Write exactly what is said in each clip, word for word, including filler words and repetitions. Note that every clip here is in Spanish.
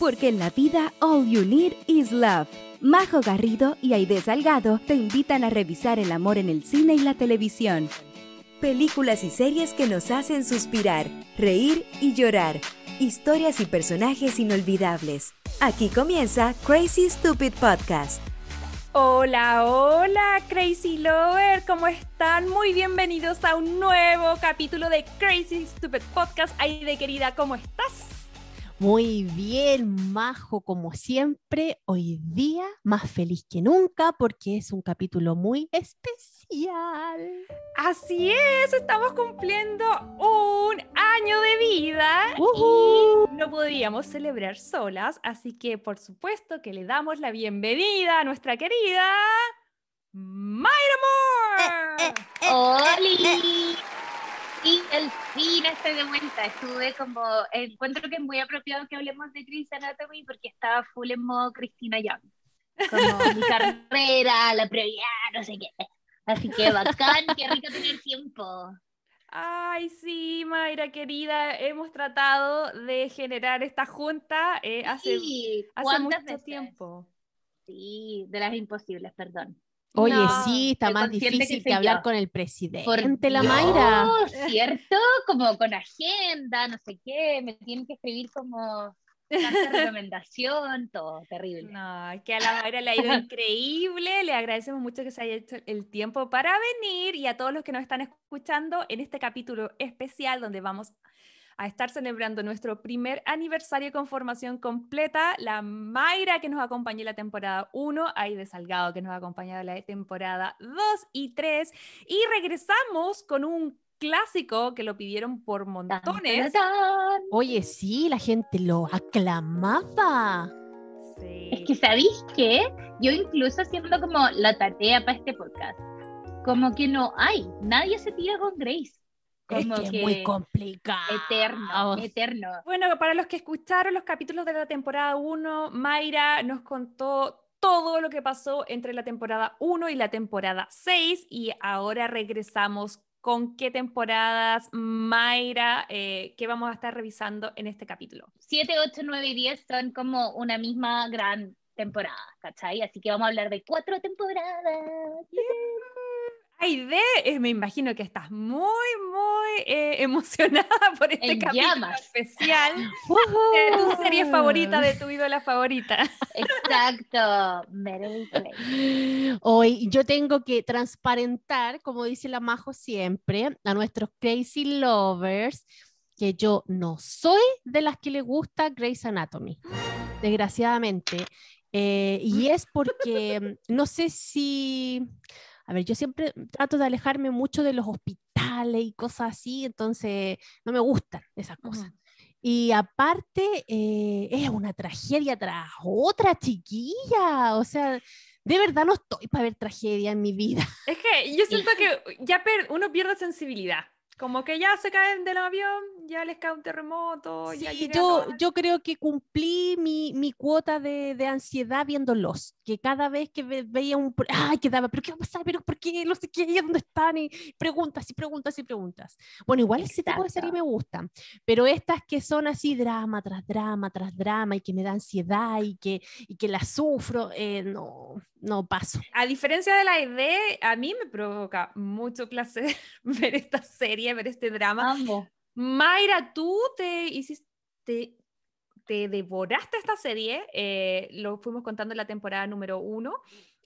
Porque en la vida, all you need is love. Majo Garrido y Aide Salgado te invitan a revisar el amor en el cine y la televisión. Películas y series que nos hacen suspirar, reír y llorar. Historias y personajes inolvidables. Aquí comienza Crazy Stupid Podcast. Hola, hola, Crazy Lover, ¿cómo están? Muy bienvenidos a un nuevo capítulo de Crazy Stupid Podcast. Aide, querida, ¿cómo estás? Muy bien, Majo, como siempre, hoy día más feliz que nunca porque es un capítulo muy especial. Así es, estamos cumpliendo un año de vida Uh-huh. y no podíamos celebrar solas, así que por supuesto que le damos la bienvenida a nuestra querida Mayra Moore. Eh, eh, eh, ¡Holi! Eh, eh. Y al fin estoy de vuelta. Estuve como, encuentro que es muy apropiado que hablemos de Grey's Anatomy porque estaba full en modo Cristina Young. Como mi carrera, la previa, no sé qué. Así que bacán, qué rico tener tiempo. Ay, sí, Mayra, querida, hemos tratado de generar esta junta eh, hace, sí, hace mucho veces? tiempo. Sí, de las imposibles, perdón. Oye, No, sí, está más difícil que, que hablar yo. con el presidente, Por la Dios, Mayra. ¿cierto? Como con agenda, no sé qué, me tienen que escribir como carta de recomendación, todo terrible. No, es que a la Mayra le ha ido increíble, le agradecemos mucho que se haya hecho el tiempo para venir y a todos los que nos están escuchando en este capítulo especial donde vamos a estar celebrando nuestro primer aniversario con formación completa, la Mayra que nos acompañó en la temporada uno, Aide Salgado que nos ha acompañado en la temporada dos y tres, y regresamos con un clásico que lo pidieron por montones. ¡Tan, tan, tan! Oye, sí, la gente lo aclamaba. Sí. Es que, ¿sabéis qué? Yo incluso haciendo como la tarea para este podcast, como que no hay, nadie se tira con Grace. Como es que, que es muy complicado. Eterno, eterno. Bueno, para los que escucharon los capítulos de la temporada uno, Mayra nos contó todo lo que pasó entre la temporada uno y la temporada seis y ahora regresamos con qué temporadas, Mayra, eh, que vamos a estar revisando en este capítulo. siete, ocho, nueve y diez son como una misma gran temporada, ¿cachai? Así que vamos a hablar de cuatro temporadas. Yeah. Aide, eh, me imagino que estás muy, muy eh, emocionada por este en capítulo llamas. especial de tu serie favorita, de tu ídola favorita. Exacto, Meryl Streep. Hoy yo tengo que transparentar, como dice la Majo siempre, a nuestros Crazy Lovers, que yo no soy de las que le gusta Grey's Anatomy, desgraciadamente. Eh, y es porque no sé si... A ver, yo siempre trato de alejarme mucho de los hospitales y cosas así, entonces no me gustan esas cosas. Uh-huh. Y aparte, eh, es una tragedia tras otra, chiquilla. O sea, de verdad no estoy para ver tragedia en mi vida. Es que yo siento que ya per- uno pierde sensibilidad. Como que ya se caen del avión, ya les cae un terremoto. Sí, ya yo, yo creo que cumplí mi, mi cuota de, de ansiedad viéndolos. Que cada vez que ve, veía un... ¡Ay, quedaba! ¿Pero qué va a pasar? ¿Pero por qué? No sé qué, ¿dónde están? Y preguntas y preguntas y preguntas. Bueno, igual Exacto. Ese tipo de serie me gustan. Pero estas que son así drama tras drama tras drama y que me da ansiedad y que, y que la sufro, eh, no, no paso. A diferencia de la idea, a mí me provoca mucho placer ver esta serie, ver este drama. Amo. Mayra, tú te hiciste, te, te devoraste esta serie, eh, lo fuimos contando en la temporada número uno,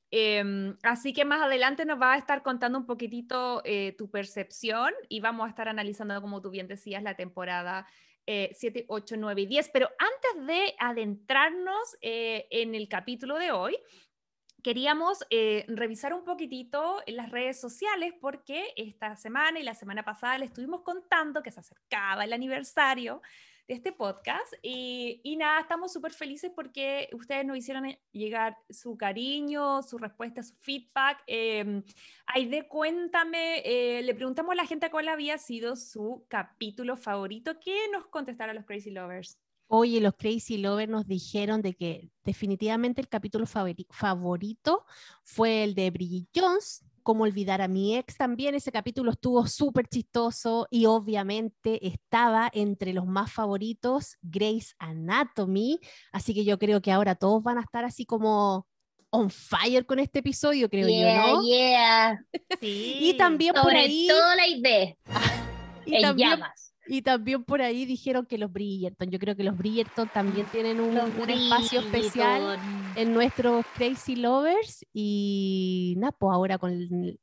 eh, así que más adelante nos va a estar contando un poquitito eh, tu percepción y vamos a estar analizando, como tú bien decías, la temporada eh, siete, ocho, nueve y diez, pero antes de adentrarnos eh, en el capítulo de hoy, queríamos eh, revisar un poquitito en las redes sociales porque esta semana y la semana pasada le estuvimos contando que se acercaba el aniversario de este podcast y, y nada, estamos súper felices porque ustedes nos hicieron llegar su cariño, su respuesta, su feedback. Eh, Aide, cuéntame, eh, le preguntamos a la gente cuál había sido su capítulo favorito. ¿Qué nos contestaron los Crazy Lovers? Oye, los Crazy Lovers nos dijeron de que definitivamente el capítulo favori- favorito fue el de Bridget Jones, Cómo olvidar a mi ex también, ese capítulo estuvo súper chistoso y obviamente estaba entre los más favoritos Grey's Anatomy, así que yo creo que ahora todos van a estar así como on fire con este episodio, creo yo, Yeah, ¿no? yeah. Sí. Y también por Sobre ahí... todo la idea. y En también llamas. Y también por ahí dijeron que los Bridgerton, yo creo que los Bridgerton también tienen un, Los un espacio especial Bridgerton. en nuestros Crazy Lovers. Y nada, pues ahora con,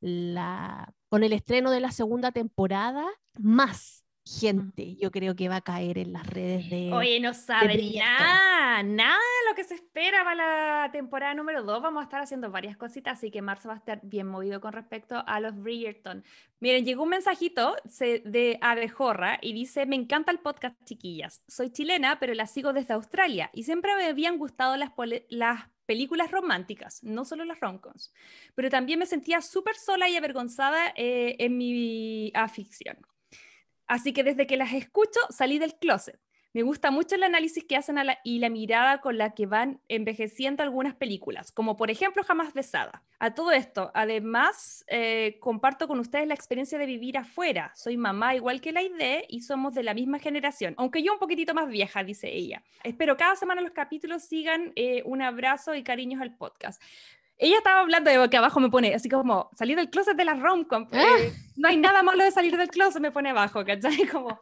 la, con el estreno de la segunda temporada, más gente yo creo que va a caer en las redes de Oye, no de saben Bridgerton. nada, nada de lo que se espera para la temporada número dos. Vamos a estar haciendo varias cositas, así que marzo va a estar bien movido con respecto a los Bridgerton. Miren, llegó un mensajito se- de Abejorra y dice: me encanta el podcast, chiquillas. Soy chilena, pero la sigo desde Australia y siempre me habían gustado las, pole- las películas románticas, no solo las rom-coms, pero también me sentía súper sola y avergonzada eh, en mi afición. Así que desde que las escucho salí del closet. Me gusta mucho el análisis que hacen a la, y la mirada con la que van envejeciendo algunas películas, como por ejemplo Jamás Besada. A todo esto, además, eh, comparto con ustedes la experiencia de vivir afuera. Soy mamá igual que la Aide y somos de la misma generación, aunque yo un poquitito más vieja, dice ella. Espero cada semana los capítulos sigan. Eh, un abrazo y cariños al podcast. Ella estaba hablando de que abajo me pone así como salir del closet de la rom-com. Ah. Eh, no hay nada malo de salir del closet, me pone abajo, ¿cachai? Como...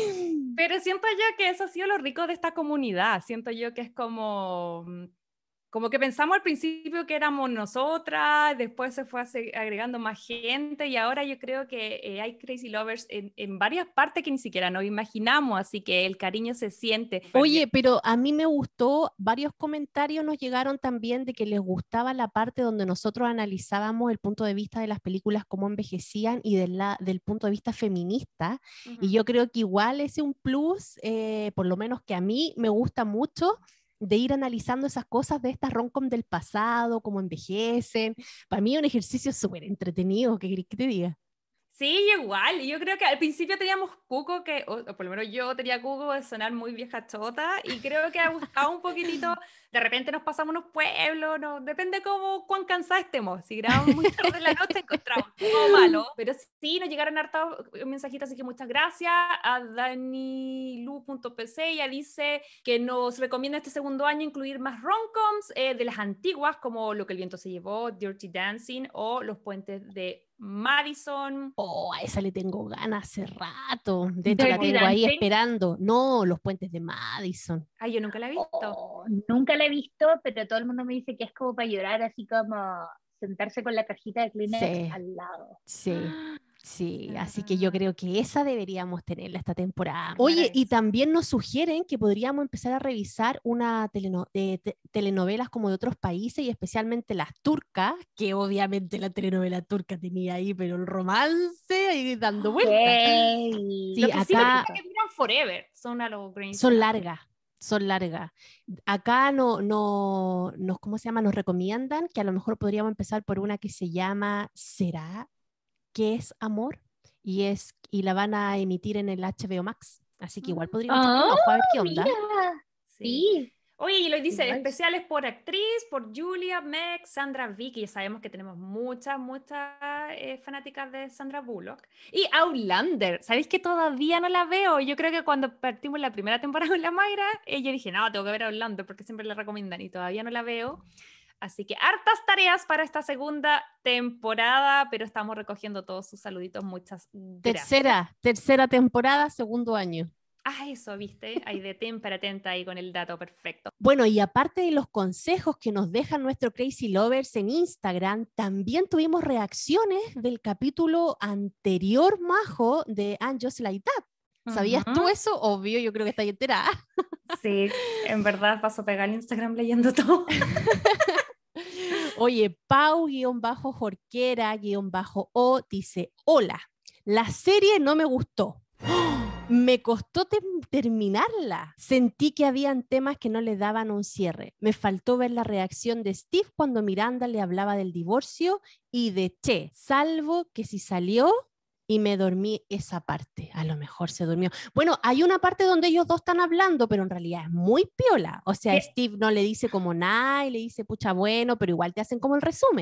Pero siento yo que eso ha sido lo rico de esta comunidad. Siento yo que es como... Como que pensamos al principio que éramos nosotras, después se fue agregando más gente y ahora yo creo que eh, hay Crazy Lovers en, en varias partes que ni siquiera nos imaginamos, así que el cariño se siente. Oye, pero a mí me gustó, varios comentarios nos llegaron también de que les gustaba la parte donde nosotros analizábamos el punto de vista de las películas, cómo envejecían y de la, del punto de vista feminista. Uh-huh. Y yo creo que igual es un plus, eh, por lo menos que a mí me gusta mucho, de ir analizando esas cosas de estas rom-com del pasado, cómo envejecen. Para mí es un ejercicio súper entretenido, ¿qué querés que te diga? Sí, igual. Yo creo que al principio teníamos cuco, que, o, o por lo menos yo tenía cuco de sonar muy vieja chota, y creo que ha gustado un poquitito. De repente nos pasamos unos pueblos, no, depende cómo, cuán cansados estemos. Si grabamos muy tarde en la noche, encontramos todo malo. Pero sí, nos llegaron hartos mensajitos, así que muchas gracias. A danilu punto p c, ella dice que nos recomienda este segundo año incluir más rom-coms eh, de las antiguas, como Lo que el viento se llevó, Dirty Dancing o Los puentes de Madison. Oh, a esa le tengo ganas hace rato. De hecho, Dirty la tengo ahí Dancing. esperando. No, Los puentes de Madison. Ay, yo nunca la he visto. Oh, nunca la he visto, pero todo el mundo me dice que es como para llorar, así como sentarse con la cajita de Kleenex Sí. al lado. Sí, sí. Así que Ah. yo creo que esa deberíamos tenerla esta temporada. Oye, y Maravilloso. también nos sugieren que podríamos empezar a revisar una teleno- eh, te- telenovelas como de otros países y especialmente las turcas, que obviamente la telenovela turca tenía ahí, pero el romance ahí dando vueltas. Hey. Sí, Lo que sí me acá- gusta es que duran forever. Son a los Grey's Son Anatomy. largas, son largas. Acá no, no, nos, ¿cómo se llama? Nos recomiendan que a lo mejor podríamos empezar por una que se llama ¿Será que es amor? Y, es, y la van a emitir en el H B O Max. Así que igual podríamos echarle un Ah, ojo a ver qué onda. mira. Sí. Sí. Oye, y lo dice, Igual. especiales por actriz, por Julia, Meg, Sandra Vicky. Ya sabemos que tenemos muchas, muchas eh, fanáticas de Sandra Bullock. Y Outlander. ¿Sabéis que todavía no la veo? Yo creo que cuando partimos la primera temporada con la Mayra, eh, yo dije, no, tengo que ver Outlander porque siempre la recomiendan y todavía no la veo. Así que hartas tareas para esta segunda temporada, pero estamos recogiendo todos sus saluditos. Muchas gracias. Tercera, tercera temporada, segundo año. Ah, eso, ¿viste? Ahí de témpera atenta ahí con el dato perfecto. Bueno, y aparte de los consejos que nos dejan nuestro Crazy Lovers en Instagram, también tuvimos reacciones del capítulo anterior, Majo, de And Just Like That. ¿Sabías Ujú. tú eso? Obvio, yo creo que estás enterada. Sí, en verdad paso a pegar el Instagram leyendo todo. Oye, Pau-Jorquera-O dice, hola, la serie no me gustó. Me costó te- terminarla. Sentí que habían temas que no le daban un cierre. Me faltó ver la reacción de Steve cuando Miranda le hablaba del divorcio y de Che, salvo que si salió y me dormí esa parte. A lo mejor se durmió. Bueno, hay una parte donde ellos dos están hablando, pero en realidad es muy piola. O sea, ¿Qué? Steve no le dice como nada y le dice, pucha, bueno, pero igual te hacen como el resumen.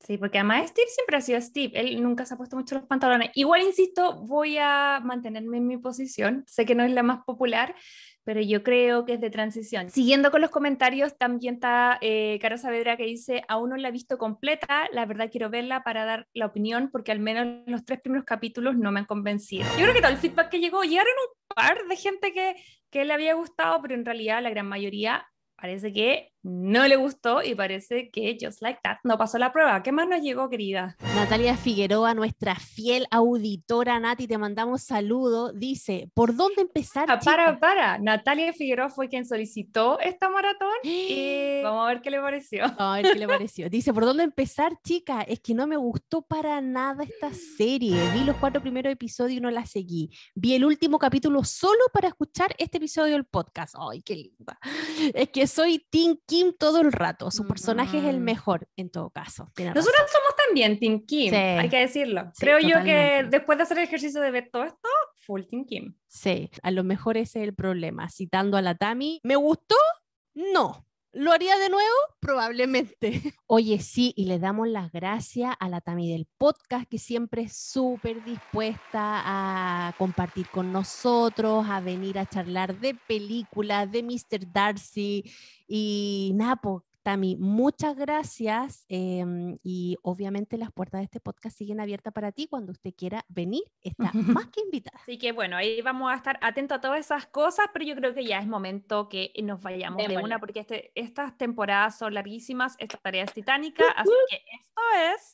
Sí, porque además Steve siempre ha sido Steve, él nunca se ha puesto mucho los pantalones. Igual, insisto, voy a mantenerme en mi posición, sé que no es la más popular, pero yo creo que es de transición. Siguiendo con los comentarios, también está eh, Cara Saavedra que dice, aún no la he visto completa, la verdad quiero verla para dar la opinión, porque al menos los tres primeros capítulos no me han convencido. Yo creo que todo el feedback que llegó, llegaron un par de gente que, que le había gustado, pero en realidad la gran mayoría parece que no le gustó y parece que Just Like That no pasó la prueba. ¿Qué más nos llegó, querida? Natalia Figueroa, nuestra fiel auditora, Nati, te mandamos saludo. Dice, ¿por dónde empezar, Ah, chica? para, para. Natalia Figueroa fue quien solicitó esta maratón y vamos a ver qué le pareció. Vamos a ver qué le pareció. Dice, ¿por dónde empezar, chica? Es que no me gustó para nada esta serie. Vi los cuatro primeros episodios y no la seguí. Vi el último capítulo solo para escuchar este episodio del podcast. ¡Ay, qué linda! Es que soy Team Kim todo el rato. Su personaje es el Mm. mejor, en todo caso. Tiene Nosotros razón. somos también Team Kim, Sí. hay que decirlo. Sí, Creo yo que totalmente. después de hacer el ejercicio de ver todo esto, full Team Kim. Sí, a lo mejor ese es el problema. Citando a la Tami, ¿me gustó? No. ¿Lo haría de nuevo? Probablemente. Oye, sí, y le damos las gracias a la Tami del podcast, que siempre es súper dispuesta a compartir con nosotros, a venir a charlar de películas, de míster Darcy. Y nada, pues, Tami, muchas gracias. eh, y obviamente las puertas de este podcast siguen abiertas para ti. Cuando usted quiera venir, está más que invitada. Así que bueno, ahí vamos a estar atentos a todas esas cosas, pero yo creo que ya es momento que nos vayamos de Démosle. una, porque este, estas temporadas son larguísimas, esta tarea es titánica, así que esto es...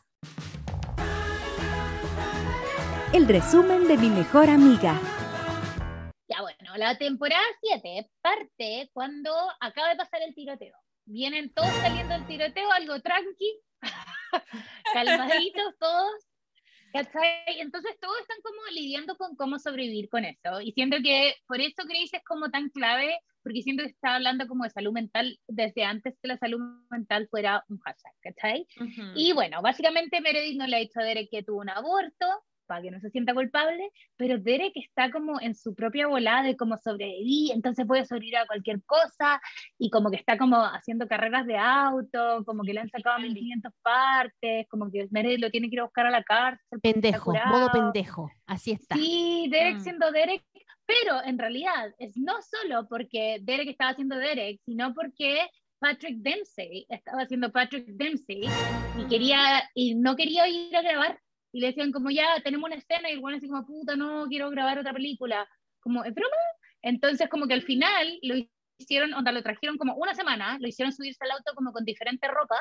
El resumen de mi mejor amiga. Ya bueno, la temporada siete parte cuando acaba de pasar el tiroteo. Vienen todos saliendo del tiroteo, algo tranqui, calmaditos todos, ¿cachai? Entonces todos están como lidiando con cómo sobrevivir con eso. Y siento que por eso Grace es como tan clave, porque siento que está hablando como de salud mental desde antes que la salud mental fuera un hashtag, ¿cachai? Uh-huh. Y bueno, básicamente Meredith no le ha dicho a Derek que tuvo un aborto, para que no se sienta culpable, pero Derek está como en su propia volada de cómo sobrevivir, entonces puede sobrevivir a cualquier cosa, y como que está como haciendo carreras de auto, como que le han sacado mil quinientas partes, como que Meredith lo tiene que ir a buscar a la cárcel. Pendejo, modo pendejo, así está. Sí, Derek Mm. siendo Derek, pero en realidad es no solo porque Derek estaba haciendo Derek, sino porque Patrick Dempsey estaba haciendo Patrick Dempsey y quería, y no quería ir a grabar. Y le decían como, ya, tenemos una escena, y el bueno así como, puta, no, quiero grabar otra película. Como, ¿es broma? Entonces como que al final lo hicieron, onda, lo trajeron como una semana, lo hicieron subirse al auto como con diferente ropa,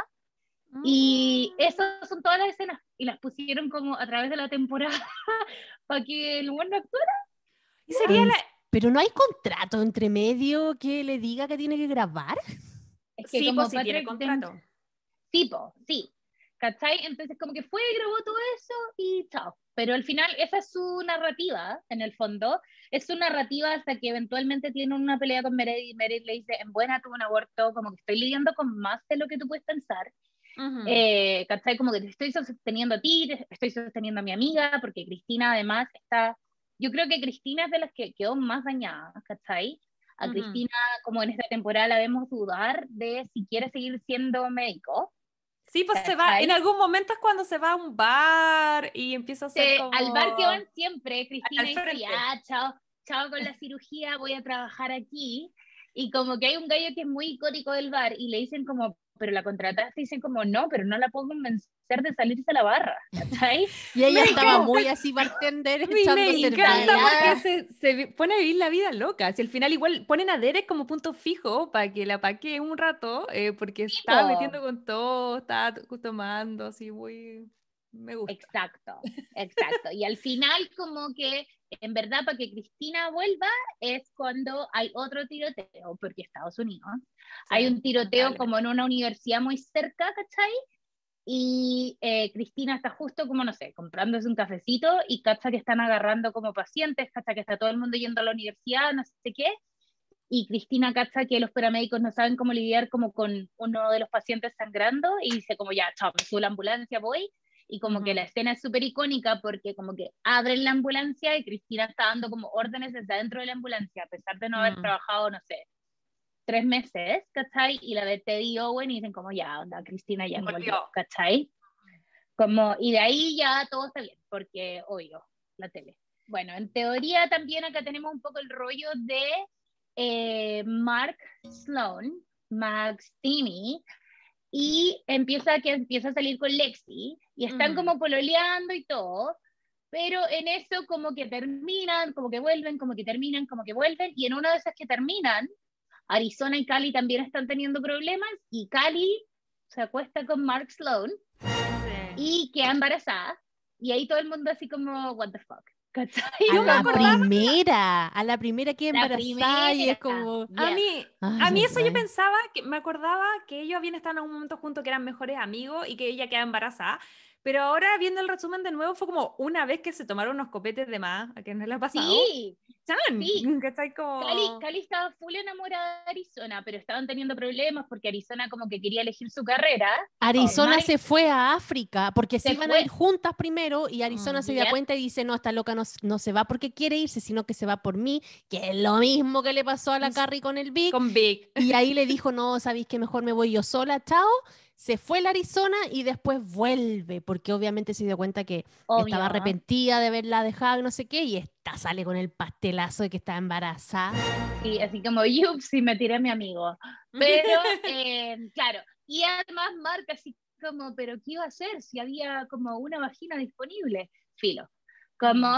y esas son todas las escenas, y las pusieron como a través de la temporada para que el bueno actuara. Y sería Ay, la... Pero no hay contrato entre medio que le diga que tiene que grabar. Es que Sí, como pues sí, tiene Patrick contrato. Dempsey- Sí, po, sí. ¿Cachai? Entonces como que fue, grabó todo eso y chao. Pero al final esa es su narrativa, en el fondo. Es su narrativa hasta que eventualmente tienen una pelea con Meredith y Meredith le dice, en buena tuve un aborto, como que estoy lidiando con más de lo que tú puedes pensar. Uh-huh. Eh, ¿cachai? Como que te estoy sosteniendo a ti, te estoy sosteniendo a mi amiga, porque Cristina además está... Yo creo que Cristina es de las que quedó más dañada, ¿cachai? A Uh-huh. Cristina, como en esta temporada, la vemos dudar de si quiere seguir siendo médico. Sí, pues se va, ¿cachai? en algún momento es cuando se va a un bar y empieza a hacer Se- como... Al bar que van siempre, Cristina Al dice, frente. ya, chao, chao con la cirugía, voy a trabajar aquí. Y como que hay un gallo que es muy icónico del bar y le dicen como, pero la contrataste, y dicen como, no, pero no la puedo convencer de salirse a la barra, ¿cachai? Y ella Me estaba encanta. muy así bartender, A mí echando me cerveza. encanta porque se, se vi- pone a vivir la vida loca. Si al final igual ponen a Derek como punto fijo para que la paquee un rato, eh, porque estaba po. metiendo con todo, estaba t- tomando, así muy... Me gusta. Exacto, exacto. Y al final como que, en verdad, para que Cristina vuelva es cuando hay otro tiroteo, porque Estados Unidos, hay un tiroteo lamentable. como en una universidad muy cerca, ¿cachai? Y eh, Cristina está justo como, no sé, comprándose un cafecito y cacha que están agarrando como pacientes, cacha que está todo el mundo yendo a la universidad, no sé qué, y Cristina cacha que los paramédicos no saben cómo lidiar como con uno de los pacientes sangrando y dice como ya, chao, me subo a la ambulancia, voy, y como Ujú. que la escena es súper icónica porque como que abren la ambulancia y Cristina está dando como órdenes desde adentro de la ambulancia, a pesar de no haber Mm. trabajado, no sé, tres meses, ¿cachai? Y la de Teddy Owen y dicen como ya, onda, Cristina ya Volvió. volvió, ¿cachai? Como, y de ahí ya todo está bien, porque, obvio, la tele. Bueno, en teoría también acá tenemos un poco el rollo de eh, Mark Sloan, Max Timmy, y empieza, que empieza a salir con Lexi, y están Mm. como pololeando y todo, pero en eso como que terminan, como que vuelven, como que terminan, como que vuelven, y en una de esas que terminan, Arizona y Cali también están teniendo problemas, y Cali se acuesta con Mark Sloan, Sí. y queda embarazada, y ahí todo el mundo así como, what the fuck, ¿cachai? A la Como primera, a la primera que la embarazada y es primera, como... A yes. mí, Ay, a mí ay, eso yo ay. pensaba, que me acordaba que ellos habían estado en un momento juntos que eran mejores amigos y que ella quedaba embarazada, pero ahora viendo el resumen de nuevo fue como una vez que se tomaron unos copetes de más, ¿a que no le ha pasado? Sí, ¡Chan! sí, Que está Cali, como... Cali estaba full enamorada de Arizona, pero estaban teniendo problemas porque Arizona como que quería elegir su carrera. Oh, Arizona Mari se fue a África porque se se iban a ir fue. juntas primero y Arizona Mm. se da Yep. cuenta y dice, no, esta loca no, s- no se va porque quiere irse, sino que se va por mí, que es lo mismo que le pasó a la Carrie con el Big. Con Big. Y ahí le dijo, no, sabéis que mejor me voy yo sola, chao. Se fue a Arizona y después vuelve, porque obviamente se dio cuenta que Obvio, estaba ¿ah? arrepentida de haberla dejado, y no sé qué, y esta sale con el pastelazo de que está embarazada. Sí, así como, yups, y me tiré a mi amigo. Pero, eh, claro, y además marca así como, pero ¿qué iba a hacer si había como una vagina disponible? Filo. Como,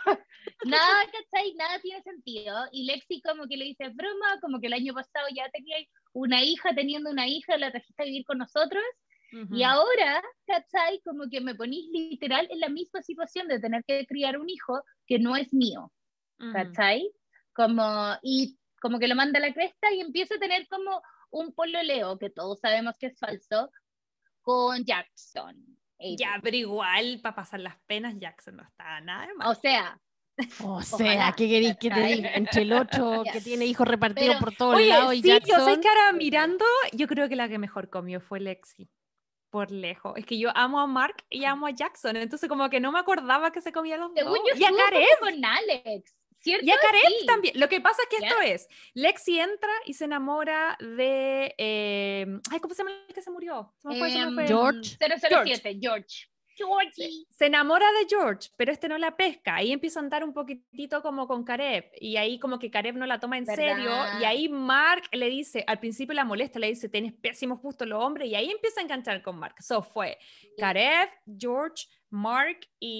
nada, ¿cachai? Nada tiene sentido. Y Lexi como que le dice, broma, como que el año pasado ya tenía una hija, teniendo una hija, la trajiste a vivir con nosotros. Y Ujú. ahora, ¿cachai? Como que me ponís literal en la misma situación de tener que criar un hijo que no es mío. Ujú. ¿Cachai? Como, y como que lo manda a la cresta y empieza a tener como un pololeo, que todos sabemos que es falso, con Jackson. Ya, Avery. pero igual, para pasar las penas, Jackson no está nada de O mal. sea, O sea, ojalá, ¿qué queréis que te ¿cachai? diga? Entre el otro que Yes. tiene hijos repartidos Pero, por todos Oye, lados y sí, yo sé Jackson. que ahora mirando, yo creo que la que mejor comió fue Lexi, por lejos. Es que yo amo a Mark y amo a Jackson, entonces como que no me acordaba que se comían los según dos. yo Y a estuvo Karev, como con Alex, ¿cierto? y a Karev Sí. también. Lo que pasa es que ¿Ya? esto es, Lexi entra y se enamora de... eh, ay, ¿cómo se llama el que se murió? Se me fue, se me Em, fue. George. cero cero George. siete, George. Se, Georgie. se enamora de George, pero este no la pesca. Ahí empieza a andar un poquitito como con Karev. Y ahí como que Karev no la toma en serio. Y ¿Verdad? ahí Mark le dice, al principio la molesta, le dice, tienes pésimos gustos los hombres. Y ahí empieza a enganchar con Mark. Eso fue Karev, George, Mark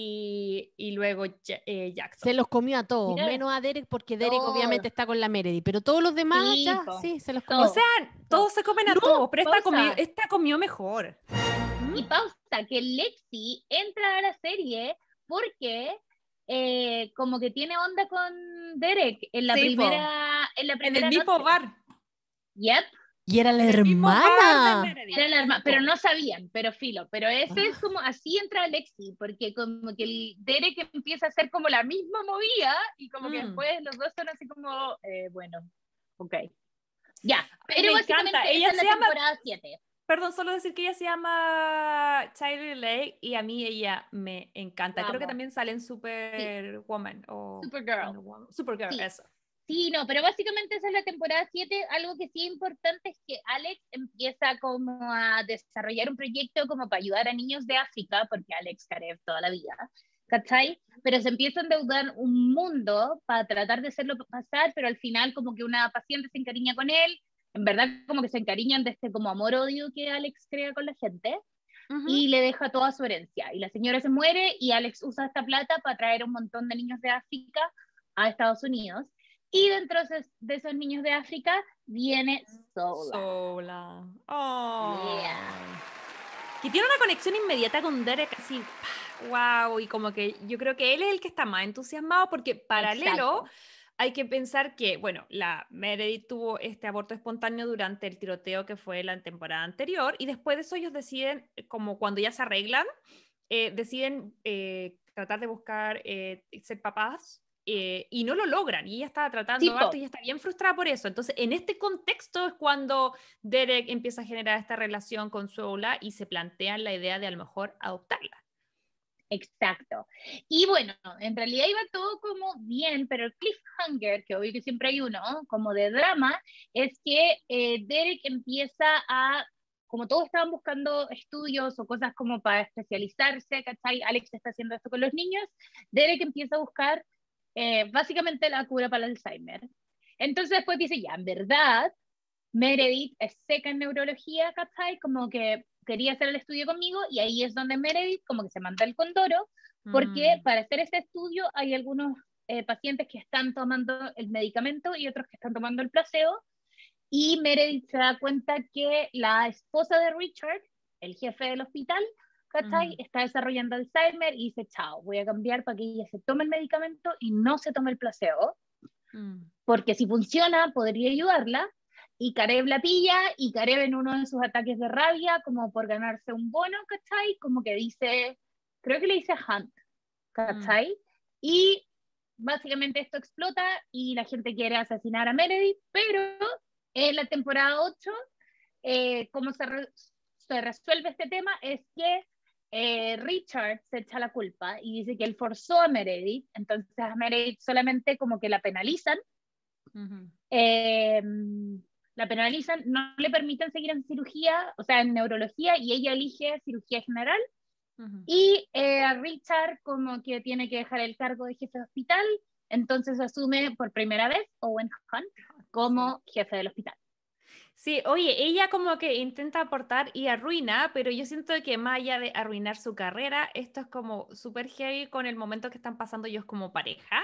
y, y luego Ja- eh, Jackson. Se los comió a todos, Mira, menos a Derek, porque Derek todo. obviamente está con la Meredith, pero todos los demás Sí, ya, po, sí, se los O comió. sea, todo. todos se comen a No, todos, pero esta comió, pausa. esta comió mejor. ¿Mm? Y pausa, que Lexi entra a la serie porque eh, como que tiene onda con Derek en la Sí, po. primera, en la En el primera mismo noche. bar. Yep, Y era la En el mismo bar de hermana. Meredith. era la herma- Sí, pero po. no sabían, pero filo. Pero ese es Ah, como, así entra Lexi, porque como que el Derek empieza a hacer como la misma movida y como que Mm. después los dos son así como, eh, bueno, ok. Ya, Ay, pero me encanta. básicamente Ella esa es se la llama, temporada siete. perdón, solo decir que ella se llama Tyler Lake y a mí ella me encanta. La Creo que amo. también sale en Sí, Superwoman o Supergirl. Wonder Woman. Supergirl, Sí. eso. Sí, no, pero básicamente esa es la temporada siete. Algo que sí es importante es que Alex empieza como a desarrollar un proyecto como para ayudar a niños de África, porque Alex Karev toda la vida, ¿cachai? Pero se empieza a endeudar un mundo para tratar de hacerlo pasar, pero al final como que una paciente se encariña con él, en verdad como que se encariñan de este como amor-odio que Alex crea con la gente, Ujú. y le deja toda su herencia. Y la señora se muere y Alex usa esta plata para traer un montón de niños de África a Estados Unidos. Y dentro de esos niños de África viene Sola. Sola. Oh. Yeah. Que tiene una conexión inmediata con Derek, así, wow, y como que yo creo que él es el que está más entusiasmado porque paralelo Exacto. hay que pensar que, bueno, la Meredith tuvo este aborto espontáneo durante el tiroteo que fue la temporada anterior y después de eso ellos deciden, como cuando ya se arreglan, eh, deciden eh, tratar de buscar eh, ser papás. Eh, y no lo logran, y ella estaba tratando Sí, harto po. y está bien frustrada por eso. Entonces, en este contexto es cuando Derek empieza a generar esta relación con Sola y se plantean la idea de a lo mejor adoptarla. Exacto. Y bueno, en realidad iba todo como bien, pero el cliffhanger, que obvio que siempre hay uno, como de drama, es que eh, Derek empieza a como todos estaban buscando estudios o cosas como para especializarse, ¿cachai? Alex está haciendo esto con los niños, Derek empieza a buscar eh, básicamente la cura para el Alzheimer. Entonces después dice, ya, en verdad, Meredith es seca en neurología, ¿cachai? Como que quería hacer el estudio conmigo, y ahí es donde Meredith como que se manda el condoro, porque Mm. para hacer este estudio hay algunos eh, pacientes que están tomando el medicamento y otros que están tomando el placebo, y Meredith se da cuenta que la esposa de Richard, el jefe del hospital, ¿cachai? Mm. Está desarrollando Alzheimer, y dice, chao, voy a cambiar para que ella se tome el medicamento y no se tome el placebo, Mm. porque si funciona podría ayudarla. Y Karev la pilla, y Karev en uno de sus ataques de rabia, como por ganarse un bono, ¿cachai? Como que dice, creo que le dice Hunt, ¿cachai? Y básicamente esto explota y la gente quiere asesinar a Meredith, pero en la temporada ocho, eh, cómo se, re se resuelve este tema es que eh, Richard se echa la culpa y dice que él forzó a Meredith, entonces a Meredith solamente como que la penalizan, Uh-huh. eh, la penalizan, no le permiten seguir en cirugía, o sea, en neurología, y ella elige cirugía general. Uh-huh. Y eh, a Richard como que tiene que dejar el cargo de jefe de hospital, entonces asume por primera vez Owen Hunt como sí. jefe del hospital. Sí, oye, ella como que intenta aportar y arruina, pero yo siento que más allá de arruinar su carrera, esto es como súper heavy con el momento que están pasando ellos como pareja.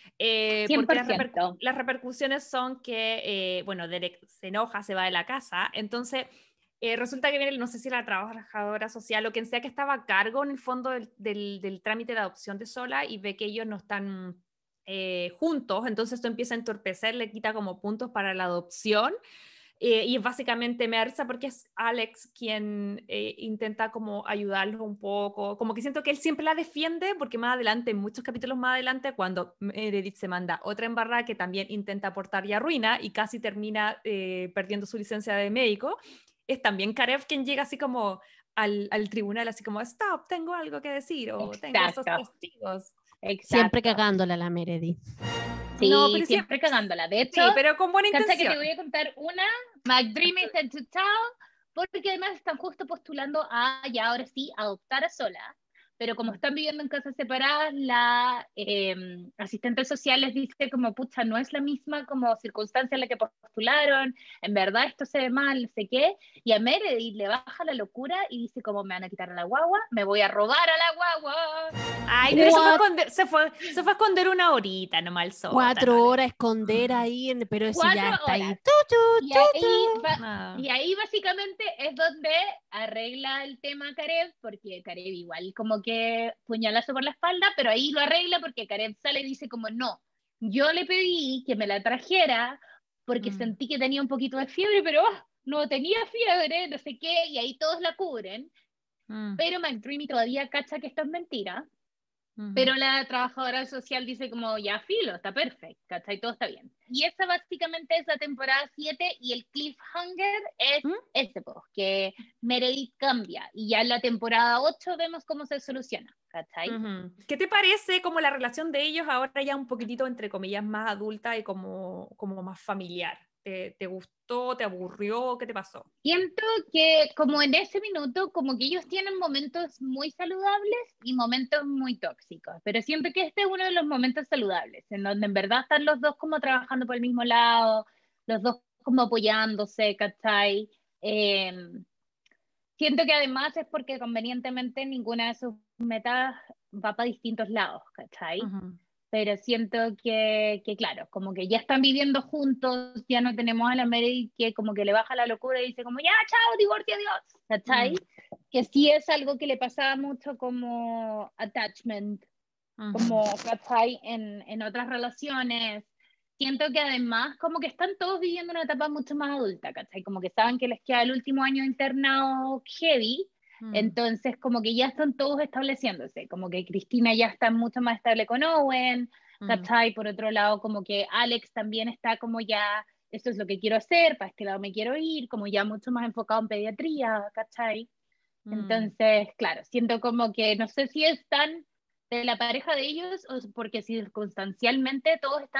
Eh, porque las, repercu las repercusiones son que, eh, bueno, Derek se enoja, se va de la casa, entonces eh, resulta que viene, no sé si la trabajadora social o quien sea que estaba a cargo en el fondo del, del, del trámite de adopción de Sola, y ve que ellos no están eh, juntos, entonces esto empieza a entorpecer, le quita como puntos para la adopción. Eh, y básicamente me da risa porque es Alex quien eh, intenta como ayudarlos un poco, como que siento que él siempre la defiende, porque más adelante, en muchos capítulos más adelante, cuando Meredith se manda otra embarrada que también intenta aportar y arruina y casi termina eh, perdiendo su licencia de médico, es también Karev quien llega así como al, al tribunal, así como, stop, tengo algo que decir, o Exacto. tengo estos testigos. Exacto. Siempre cagándola la Meredith. Sí, no, pero siempre sí, cagándola. De hecho, sí, pero con buena intención. que te voy a contar una, McDreamy está chao, porque además están justo postulando a, ya ahora sí, adoptar a Sola, pero como están viviendo en casas separadas, la eh, asistente social les dice como, pucha, no es la misma como circunstancia en la que postularon, en verdad esto se ve mal, no sé qué, y a Meredith le baja la locura y dice como, me van a quitar a la guagua, me voy a robar a la guagua. Ay, pero se fue, a esconder, se, fue, se fue a esconder una horita nomás al sótano. Cuatro horas a esconder ahí, en, pero eso ya está horas. ahí. Tu, tu, y, tu, ahí va, ah. y ahí básicamente es donde arregla el tema Karev, porque Karev igual como que puñalazo por la espalda, pero ahí lo arregla porque Karev sale y dice como, no, yo le pedí que me la trajera porque mm. sentí que tenía un poquito de fiebre, pero oh, no tenía fiebre, no sé qué, y ahí todos la cubren. Mm. Pero McDreamy todavía cacha que esto es mentira. Uh-huh. Pero la trabajadora social dice como, ya filo, está perfecto, ¿cachai? Todo está bien. Y esa básicamente es la temporada siete, y el cliffhanger es ¿Mm? ese, pues, que Meredith cambia, y ya en la temporada ocho vemos cómo se soluciona, ¿cachai? Uh-huh. ¿Qué te parece como la relación de ellos ahora ya un poquitito, entre comillas, más adulta y como, como más familiar? ¿Te, ¿Te gustó? ¿Te aburrió? ¿Qué te pasó? Siento que como en ese minuto, como que ellos tienen momentos muy saludables y momentos muy tóxicos, pero siento que este es uno de los momentos saludables, en donde en verdad están los dos como trabajando por el mismo lado, los dos como apoyándose, ¿cachai? Eh, siento que además es porque convenientemente ninguna de sus metas va para distintos lados, ¿cachai? Uh-huh. Pero siento que, que, claro, como que ya están viviendo juntos, ya no tenemos a la Meredith que como que le baja la locura y dice como, ya, chao, divorcio, adiós, ¿cachai? Mm. Que sí es algo que le pasaba mucho como attachment, uh-huh. como, ¿cachai? En, en otras relaciones. Siento que además como que están todos viviendo una etapa mucho más adulta, ¿cachai? Como que saben que les queda el último año de internado heavy, entonces como que ya están todos estableciéndose, como que Cristina ya está mucho más estable con Owen, ¿cachai? Uh-huh. Por otro lado como que Alex también está como ya, esto es lo que quiero hacer, para este lado me quiero ir, como ya mucho más enfocado en pediatría, ¿cachai? Uh-huh. Entonces, claro, siento como que no sé si es tan de la pareja de ellos o porque circunstancialmente todos están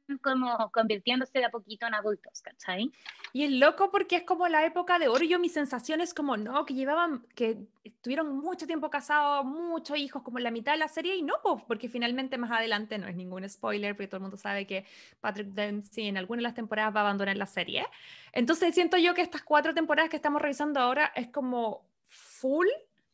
como convirtiéndose de a poquito en adultos, ¿cachai? Y es loco porque es como la época de oro. Yo mi sensación es como, no, que llevaban, que estuvieron mucho tiempo casados, muchos hijos, como en la mitad de la serie, y no, pues, porque finalmente más adelante, no es ningún spoiler, porque todo el mundo sabe que Patrick Dempsey en alguna de las temporadas va a abandonar la serie. Entonces siento yo que estas cuatro temporadas que estamos revisando ahora es como full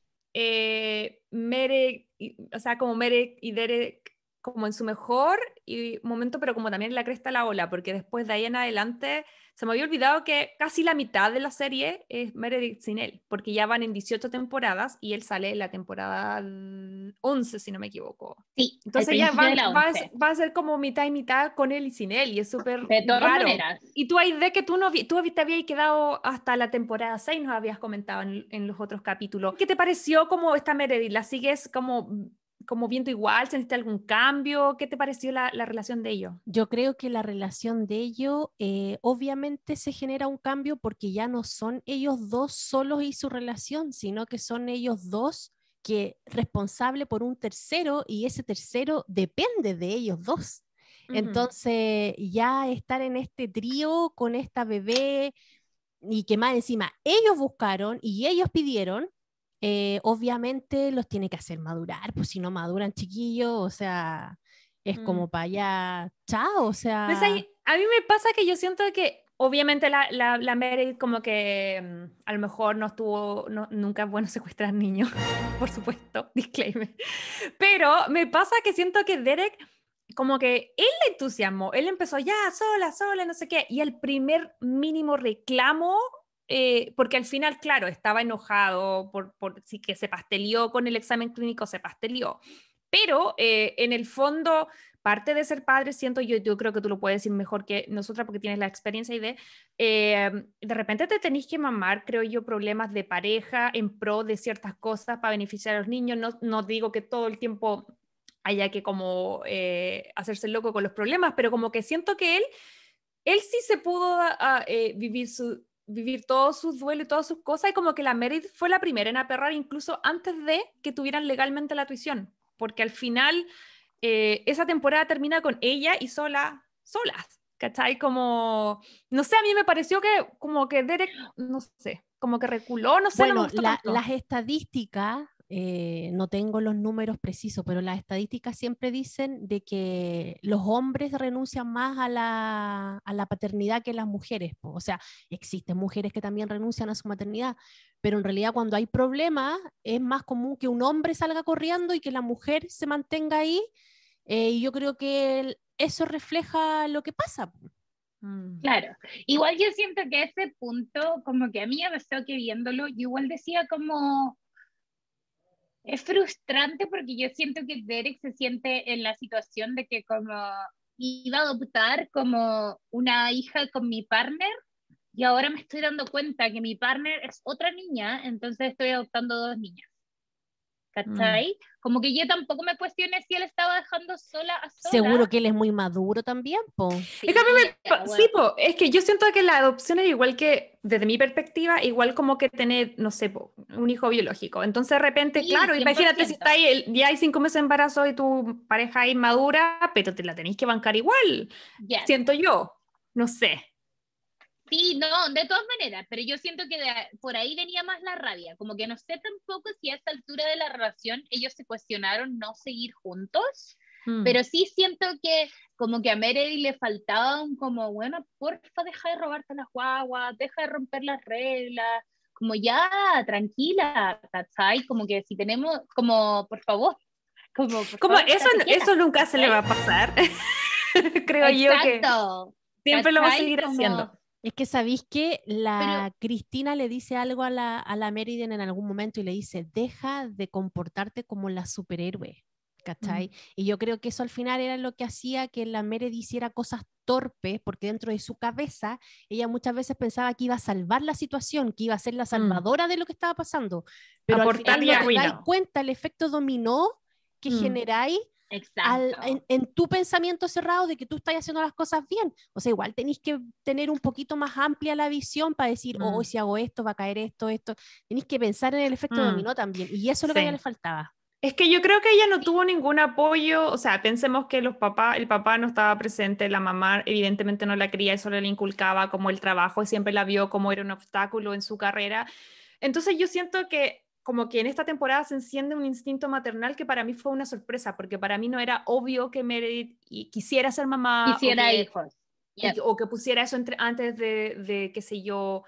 eh, Merek, y- o sea, como Merek y Derek como en su mejor y momento, pero como también en la cresta de la ola, porque después de ahí en adelante se me había olvidado que casi la mitad de la serie es Meredith sin él, porque ya van en dieciocho temporadas y él sale en la temporada once, si no me equivoco. Sí, al Entonces ya principio van, de la va, a, once. va a ser como mitad y mitad con él y sin él, y es súper De todas raro. maneras. Y tú ahí de que tú, no, vi- tú te habías quedado hasta la temporada seis, nos habías comentado en, en los otros capítulos. ¿Qué te pareció como esta Meredith? ¿La sigues como, como viendo igual? ¿Sentiste algún cambio? ¿Qué te pareció la, la relación de ellos? Yo creo que la relación de ellos, eh, obviamente se genera un cambio porque ya no son ellos dos solos y su relación, sino que son ellos dos que responsable por un tercero y ese tercero depende de ellos dos. Ujú. Entonces, ya estar en este trío con esta bebé y que más encima ellos buscaron y ellos pidieron, eh, obviamente los tiene que hacer madurar, pues si no maduran chiquillos, o sea, es Mm. como para allá, chao, o Pues sea, ahí, a mí me pasa que yo siento que obviamente la, la, la Meredith como que mm, a lo mejor no estuvo, no, nunca es bueno secuestrar niños, por supuesto, disclaimer. Pero me pasa que siento que Derek como que él le entusiasmó, él empezó ya sola, sola, no sé qué, y el primer mínimo reclamo, eh, porque al final, claro, estaba enojado por, por sí que se pasteleó con el examen clínico, se pasteleó, pero eh, en el fondo, parte de ser padre, siento yo, yo creo que tú lo puedes decir mejor que nosotras porque tienes la experiencia y de, eh, de repente te tenés que mamar, creo yo, problemas de pareja en pro de ciertas cosas para beneficiar a los niños. No, no digo que todo el tiempo haya que como eh, hacerse loco con los problemas, pero como que siento que él, él sí se pudo uh, eh, vivir su vivir todos sus duelos y todas sus cosas, y como que la Meredith fue la primera en aperrar incluso antes de que tuvieran legalmente la tuición, porque al final eh, esa temporada termina con ella y sola, solas, ¿cachai? Como, no sé, a mí me pareció que como que Derek, no sé, como que reculó, no sé, no me bueno, gustó la- tanto. las estadísticas, eh, no tengo los números precisos, pero las estadísticas siempre dicen de que los hombres renuncian más a la, a la paternidad que las mujeres, po. O sea, existen mujeres que también renuncian a su maternidad, pero en realidad cuando hay problemas es más común que un hombre salga corriendo y que la mujer se mantenga ahí, eh, y yo creo que el- eso refleja lo que pasa, po. Mm. Claro, igual yo siento que ese punto, como que a mí me pasó que viéndolo, yo igual decía como, es frustrante porque yo siento que Derek se siente en la situación de que como iba a adoptar como una hija con mi partner y ahora me estoy dando cuenta que mi partner es otra niña, entonces estoy adoptando dos niñas. Mm. ¿Cachai? Como que yo tampoco me cuestioné si él estaba dejando sola a sola. Seguro que él es muy maduro también, po. Sí, Es que a mí me, ah, pa- bueno, sí, po, es que yo siento que la adopción es igual que, desde mi perspectiva, igual como que tener, no sé, po, un hijo biológico. Entonces, de repente, sí, claro, cien por imagínate si ciento. está ahí, el- ya hay cinco meses de embarazo y tu pareja es inmadura, pero te la tenéis que bancar igual, Yes. siento yo. No sé. Sí, no, de todas maneras, pero yo siento que de- por ahí venía más la rabia, como que no sé tampoco si a esta altura de la relación ellos se cuestionaron no seguir juntos, Mm. pero sí siento que como que a Meredith le faltaban como, bueno, porfa, deja de robarte las guaguas, deja de romper las reglas, como ya, tranquila, ¿cachai? Como que si tenemos, como, por favor, como, por Como favor, eso, estate quieta, eso nunca se le va a ¿cachai? pasar. Creo yo que Exacto, siempre lo va a ¿cachai? seguir Como, haciendo. Es que sabéis que pero la Cristina le dice algo a la, a la Meriden en algún momento y le dice, deja de comportarte como la superhéroe, ¿cachai? Mm. Y yo creo que eso al final era lo que hacía que la Meredith hiciera cosas torpes, porque dentro de su cabeza ella muchas veces pensaba que iba a salvar la situación, que iba a ser la salvadora de lo que estaba pasando, pero al Aportar final y no te dais arruinó. cuenta el efecto dominó que Mm. generáis al, exacto. en, en tu pensamiento cerrado de que tú estás haciendo las cosas bien. O sea, igual tenéis que tener un poquito más amplia la visión para decir, oh, Mm. si hago esto, va a caer esto, esto. Tenéis que pensar en el efecto Mm. dominó también. Y eso es lo que a ella Sí. le faltaba. Es que yo creo que ella no tuvo ningún apoyo, o sea, pensemos que los papás, el papá no estaba presente, la mamá evidentemente no la quería y solo le inculcaba como el trabajo y siempre la vio como era un obstáculo en su carrera. Entonces yo siento que como que en esta temporada se enciende un instinto maternal que para mí fue una sorpresa, porque para mí no era obvio que Meredith y- quisiera ser mamá o Quisiera que, hijos. y- Yep. o que pusiera eso entre- antes de, de, qué sé yo,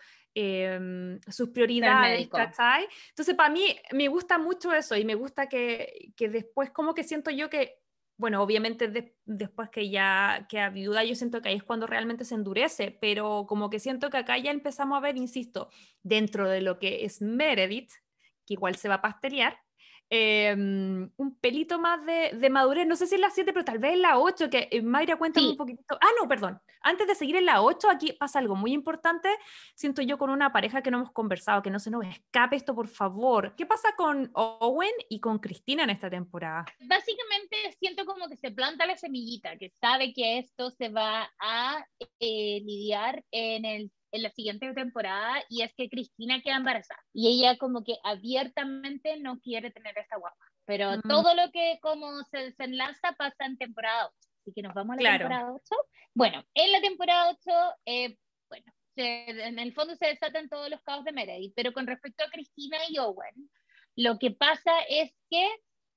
em, sus Ser prioridades, médico. ¿cachai? Entonces, para mí me gusta mucho eso y me gusta que, que después como que siento yo que, bueno, obviamente de- después que ya queda viuda, yo siento que ahí es cuando realmente se endurece, pero como que siento que acá ya empezamos a ver, insisto, dentro de lo que es Meredith, que igual se va a pastelear, eh, un pelito más de, de madurez, no sé si es la siete, pero tal vez es la ocho, que eh, Mayra, cuéntame un Sí, poquitito. Ah, no, perdón. Antes de seguir en la ocho, aquí pasa algo muy importante, siento yo con una pareja que no hemos conversado, que no se nos escape esto, por favor. ¿Qué pasa con Owen y con Cristina en esta temporada? básicamente siento como que se planta la semillita, que sabe que esto se va a eh, lidiar en, el, en la siguiente temporada, y es que Cristina queda embarazada y ella como que abiertamente no quiere tener esta guagua, pero Mm, todo lo que como se desenlaza pasa en temporada ocho, así que nos vamos a la claro. temporada ocho. Bueno, en la temporada ocho, eh, bueno, se, en el fondo se desatan todos los caos de Meredith, pero con respecto a Cristina y Owen, lo que pasa es que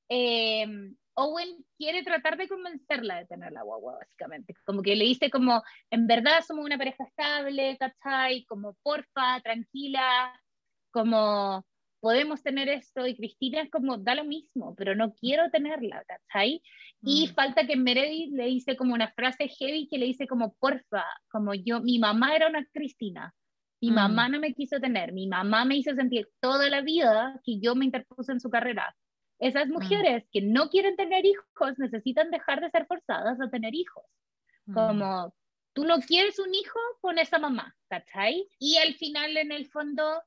eh, Owen quiere tratar de convencerla de tener la guagua, básicamente. Como que le dice como, en verdad somos una pareja estable, ¿cachai? Como, porfa, tranquila, como, podemos tener esto. Y Cristina es como, da lo mismo, pero no quiero tenerla, ¿cachai? Y Mm, falta que Meredith le dice como una frase heavy que le dice como, porfa, como yo, mi mamá era una Cristina. Mi mamá mm, no me quiso tener, mi mamá me hizo sentir toda la vida que yo me interpuse en su carrera. Esas mm, mujeres que no quieren tener hijos necesitan dejar de ser forzadas a tener hijos. mm, Como tú no quieres un hijo con esa mamá, ¿cachai? Y al final, en el fondo,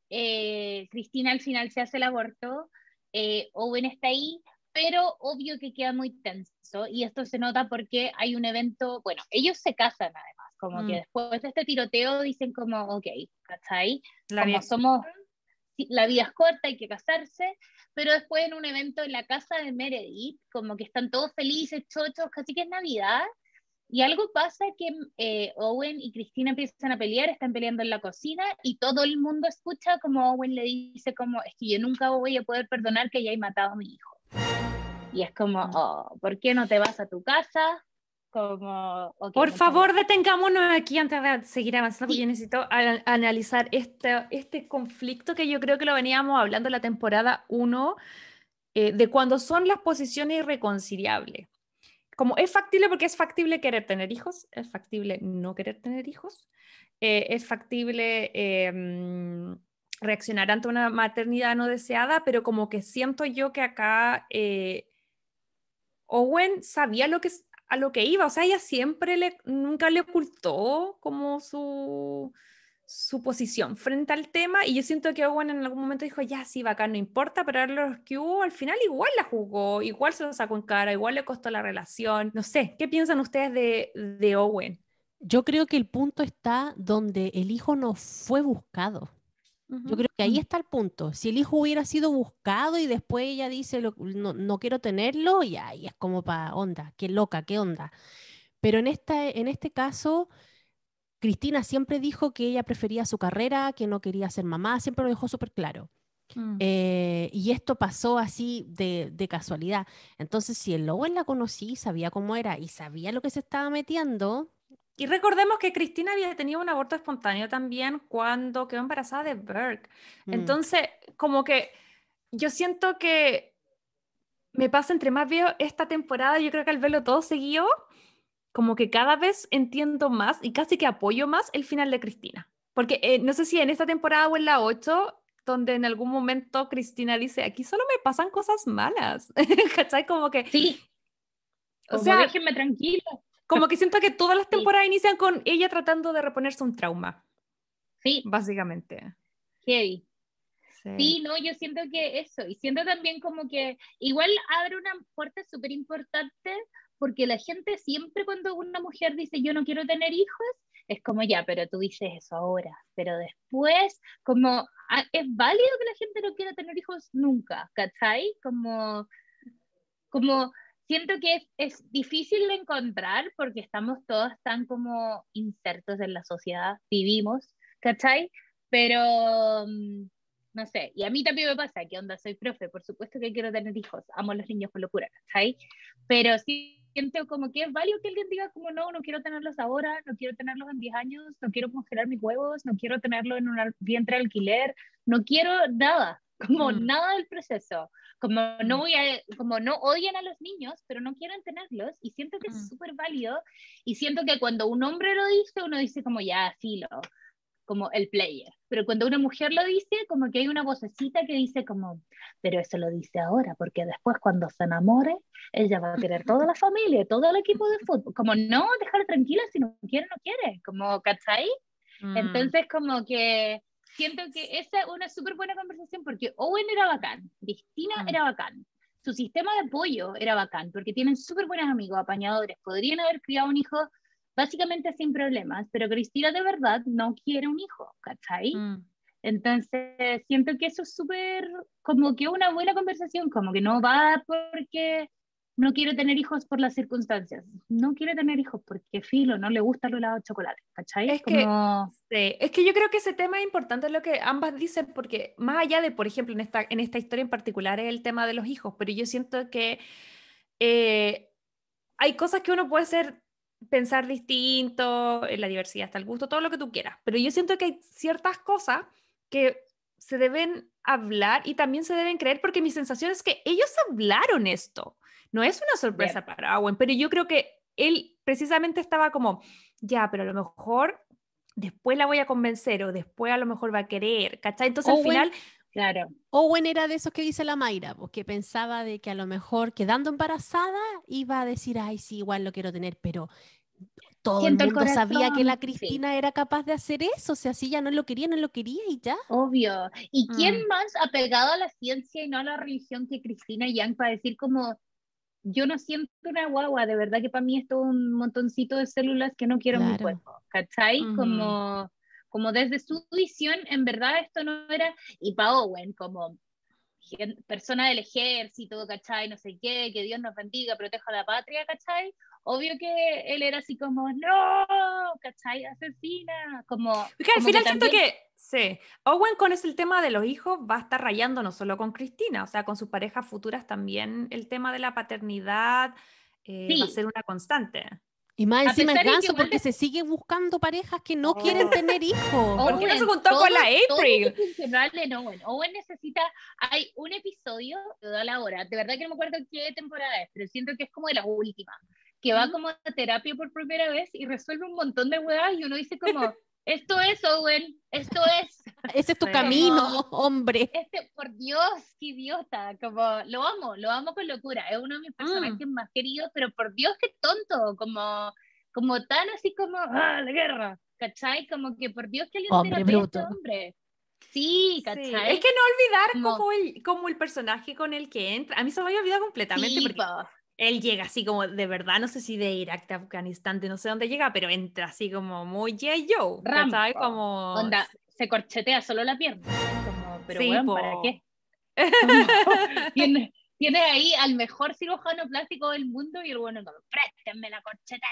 eh, Cristina al final se hace el aborto, eh, Owen está ahí, pero obvio que queda muy tenso, y esto se nota porque hay un evento, bueno, ellos se casan además, como que mm. después de este tiroteo dicen como, ok, ¿cachai? La Como vie- somos, la vida es corta, hay que casarse, pero después en un evento en la casa de Meredith, como que están todos felices, chochos, casi que es Navidad, y algo pasa que eh, Owen y Cristina empiezan a pelear, están peleando en la cocina, y todo el mundo escucha como Owen le dice como, es que yo nunca voy a poder perdonar que hayáis matado a mi hijo. Y es como, mm. oh, ¿por qué no te vas a tu casa? Como, ok, Por muchas favor, gracias. detengámonos aquí antes de seguir avanzando, porque yo Sí, necesito a- analizar este, este conflicto que yo creo que lo veníamos hablando en la temporada uno, eh, de cuando son las posiciones irreconciliables. Como es factible porque es factible querer tener hijos, es factible no querer tener hijos, eh, es factible eh, mm, reaccionar ante una maternidad no deseada, pero como que siento yo que acá eh, Owen sabía lo que, s- a lo que iba, o sea, ella siempre le, nunca le ocultó como su, su posición frente al tema, y yo siento que Owen en algún momento dijo, ya, sí, bacán, no importa, pero ahora los que hubo, al final igual la jugó, igual se lo sacó en cara, igual le costó la relación, no sé, ¿qué piensan ustedes de, de Owen? Yo creo que el punto está donde el hijo no fue buscado. Yo Ujú. creo que ahí Mm. está el punto. Si el hijo hubiera sido buscado y después ella dice, lo- no, no quiero tenerlo, y ahí es como para onda, qué loca, qué onda. Pero en esta, en este caso, Cristina siempre dijo que ella prefería su carrera, que no quería ser mamá, siempre lo dejó súper claro. Mm. Eh, y esto pasó así de, de casualidad. Entonces, si el Owen la conocí, sabía cómo era y sabía lo que se estaba metiendo. Y recordemos que Cristina había tenido un aborto espontáneo también cuando quedó embarazada de Burke. mm, Entonces, como que yo siento que me pasa entre más veo esta temporada, yo creo que al verlo todo seguido, como que cada vez entiendo más y casi que apoyo más el final de Cristina. Porque eh, no sé si en esta temporada o en la ocho, donde en algún momento Cristina dice, aquí solo me pasan cosas malas. ¿Cachai? Como que, sí, o como sea, déjenme tranquila. como que siento que todas las Sí, temporadas inician con ella tratando de reponerse un trauma, sí, básicamente. heavy. Sí. Sí, no, yo siento que eso, y siento también como que igual abre una puerta súper importante, porque la gente siempre cuando una mujer dice yo no quiero tener hijos, es como ya, pero tú dices eso ahora, pero después, como, ah, es válido que la gente no quiera tener hijos nunca, ¿cachai? Como, como siento que es, es difícil de encontrar porque estamos todos tan como insertos en la sociedad, vivimos, ¿cachai? Pero, mm, no sé, y a mí también me pasa, que onda, soy profe, por supuesto que quiero tener hijos, amo a los niños con locura, ¿cachai? Pero sí siento como que es válido que alguien diga como no, no quiero tenerlos ahora, no quiero tenerlos en diez años, no quiero congelar mis huevos, no quiero tenerlo en un al- vientre de alquiler, no quiero nada, como Mm, nada del proceso, como no mm, voy a, como no odian a los niños, pero no quieren tenerlos, y siento que es mm. súper válido, y siento que cuando un hombre lo dice, uno dice como ya, filo, como el player. Pero cuando una mujer lo dice, como que hay una vocecita que dice como, pero eso lo dice ahora, porque después cuando se enamore, ella va a querer toda la familia, todo el equipo de fútbol. Como no, dejar tranquila, si no quiere, no quiere. Como, ¿cachai? Mm, Entonces como que siento que esa es una súper buena conversación porque Owen era bacán, Cristina mm. era bacán. Su sistema de apoyo era bacán, porque tienen súper buenos amigos, apañadores, podrían haber criado un hijo básicamente sin problemas, pero Cristina de verdad no quiere un hijo, ¿cachai? Mm. Entonces, siento que eso es súper, como que una buena conversación, como que no va porque no quiere tener hijos por las circunstancias, no quiere tener hijos porque filo, no le gusta el helado de chocolate, ¿cachai? Es que, Como, sí, es que yo creo que ese tema es importante lo que ambas dicen, porque más allá de, por ejemplo, en esta, en esta historia en particular es el tema de los hijos, pero yo siento que eh, hay cosas que uno puede ser, pensar distinto, en la diversidad está el gusto, todo lo que tú quieras, pero yo siento que hay ciertas cosas que se deben hablar y también se deben creer, porque mi sensación es que ellos hablaron esto. No es una yep, sorpresa para Owen, pero yo creo que él precisamente estaba como, ya, pero a lo mejor después la voy a convencer o después a lo mejor va a querer, ¿cachai? Entonces al Owen, final, claro, Owen era de esos que dice la Mayra, porque pensaba de que a lo mejor quedando embarazada iba a decir, ay, sí, igual lo quiero tener, pero todo el siento el mundo sabía que la corazón, sí, Cristina era capaz de hacer eso, o sea, si ella no lo quería, no lo quería y ya. obvio. ¿Y quién mm, más apegado a la ciencia y no a la religión que Cristina Yang para decir como, yo no siento una guagua, de verdad que para mí esto es un montoncito de células que no quiero en mi Claro. cuerpo, ¿cachai? ujú. Como, como desde su visión, en verdad esto no era, y para Owen, como gen- persona del ejército, ¿cachai? No sé qué, que Dios nos bendiga, proteja a la patria, ¿cachai? Obvio que él era así como, no, ¿cachai? Asesina, como, Porque al como que final siento también, que, sí, Owen con ese el tema de los hijos va a estar rayando no solo con Cristina, o sea, con sus parejas futuras también el tema de la paternidad eh, va a sí, ser una constante. Y más a encima es pesar de que ganso igual porque de, se sigue buscando parejas que no quieren oh, tener hijos. ¿Por qué no se Owen, juntó con todo, la todo es April? disfuncional en Owen. Owen necesita, hay un episodio, toda la hora, de verdad que no me acuerdo qué temporada es, pero siento que es como de la última, que va ¿Mm? como a terapia por primera vez y resuelve un montón de huevas y uno dice como, esto es Owen, esto es, Ese es tu camino, Sí. como, hombre. este, por Dios, qué idiota, como, lo amo, lo amo con locura, es uno de mis Mm, personajes más queridos, pero por Dios, qué tonto, como, como tan así como, ah, la guerra, ¿cachai? Como que por Dios que alguien Hombre terapia a este bruto. hombre. Sí, sí, es ¿cachai? que no olvidar Como, como el, como el personaje con el que entra, a mí se me había olvidado completamente sí, porque po, él llega así como de verdad, no sé si de Irak, de Afganistán, de no sé dónde llega, pero entra así como muy G I. Joe, ¿cachai? Rampo, Como, onda, se corchetea solo la pierna, como, pero sí, weón, ¿para po. qué? Como, tiene, tiene ahí al mejor cirujano plástico del mundo y el bueno, como, préstenme la corcheta.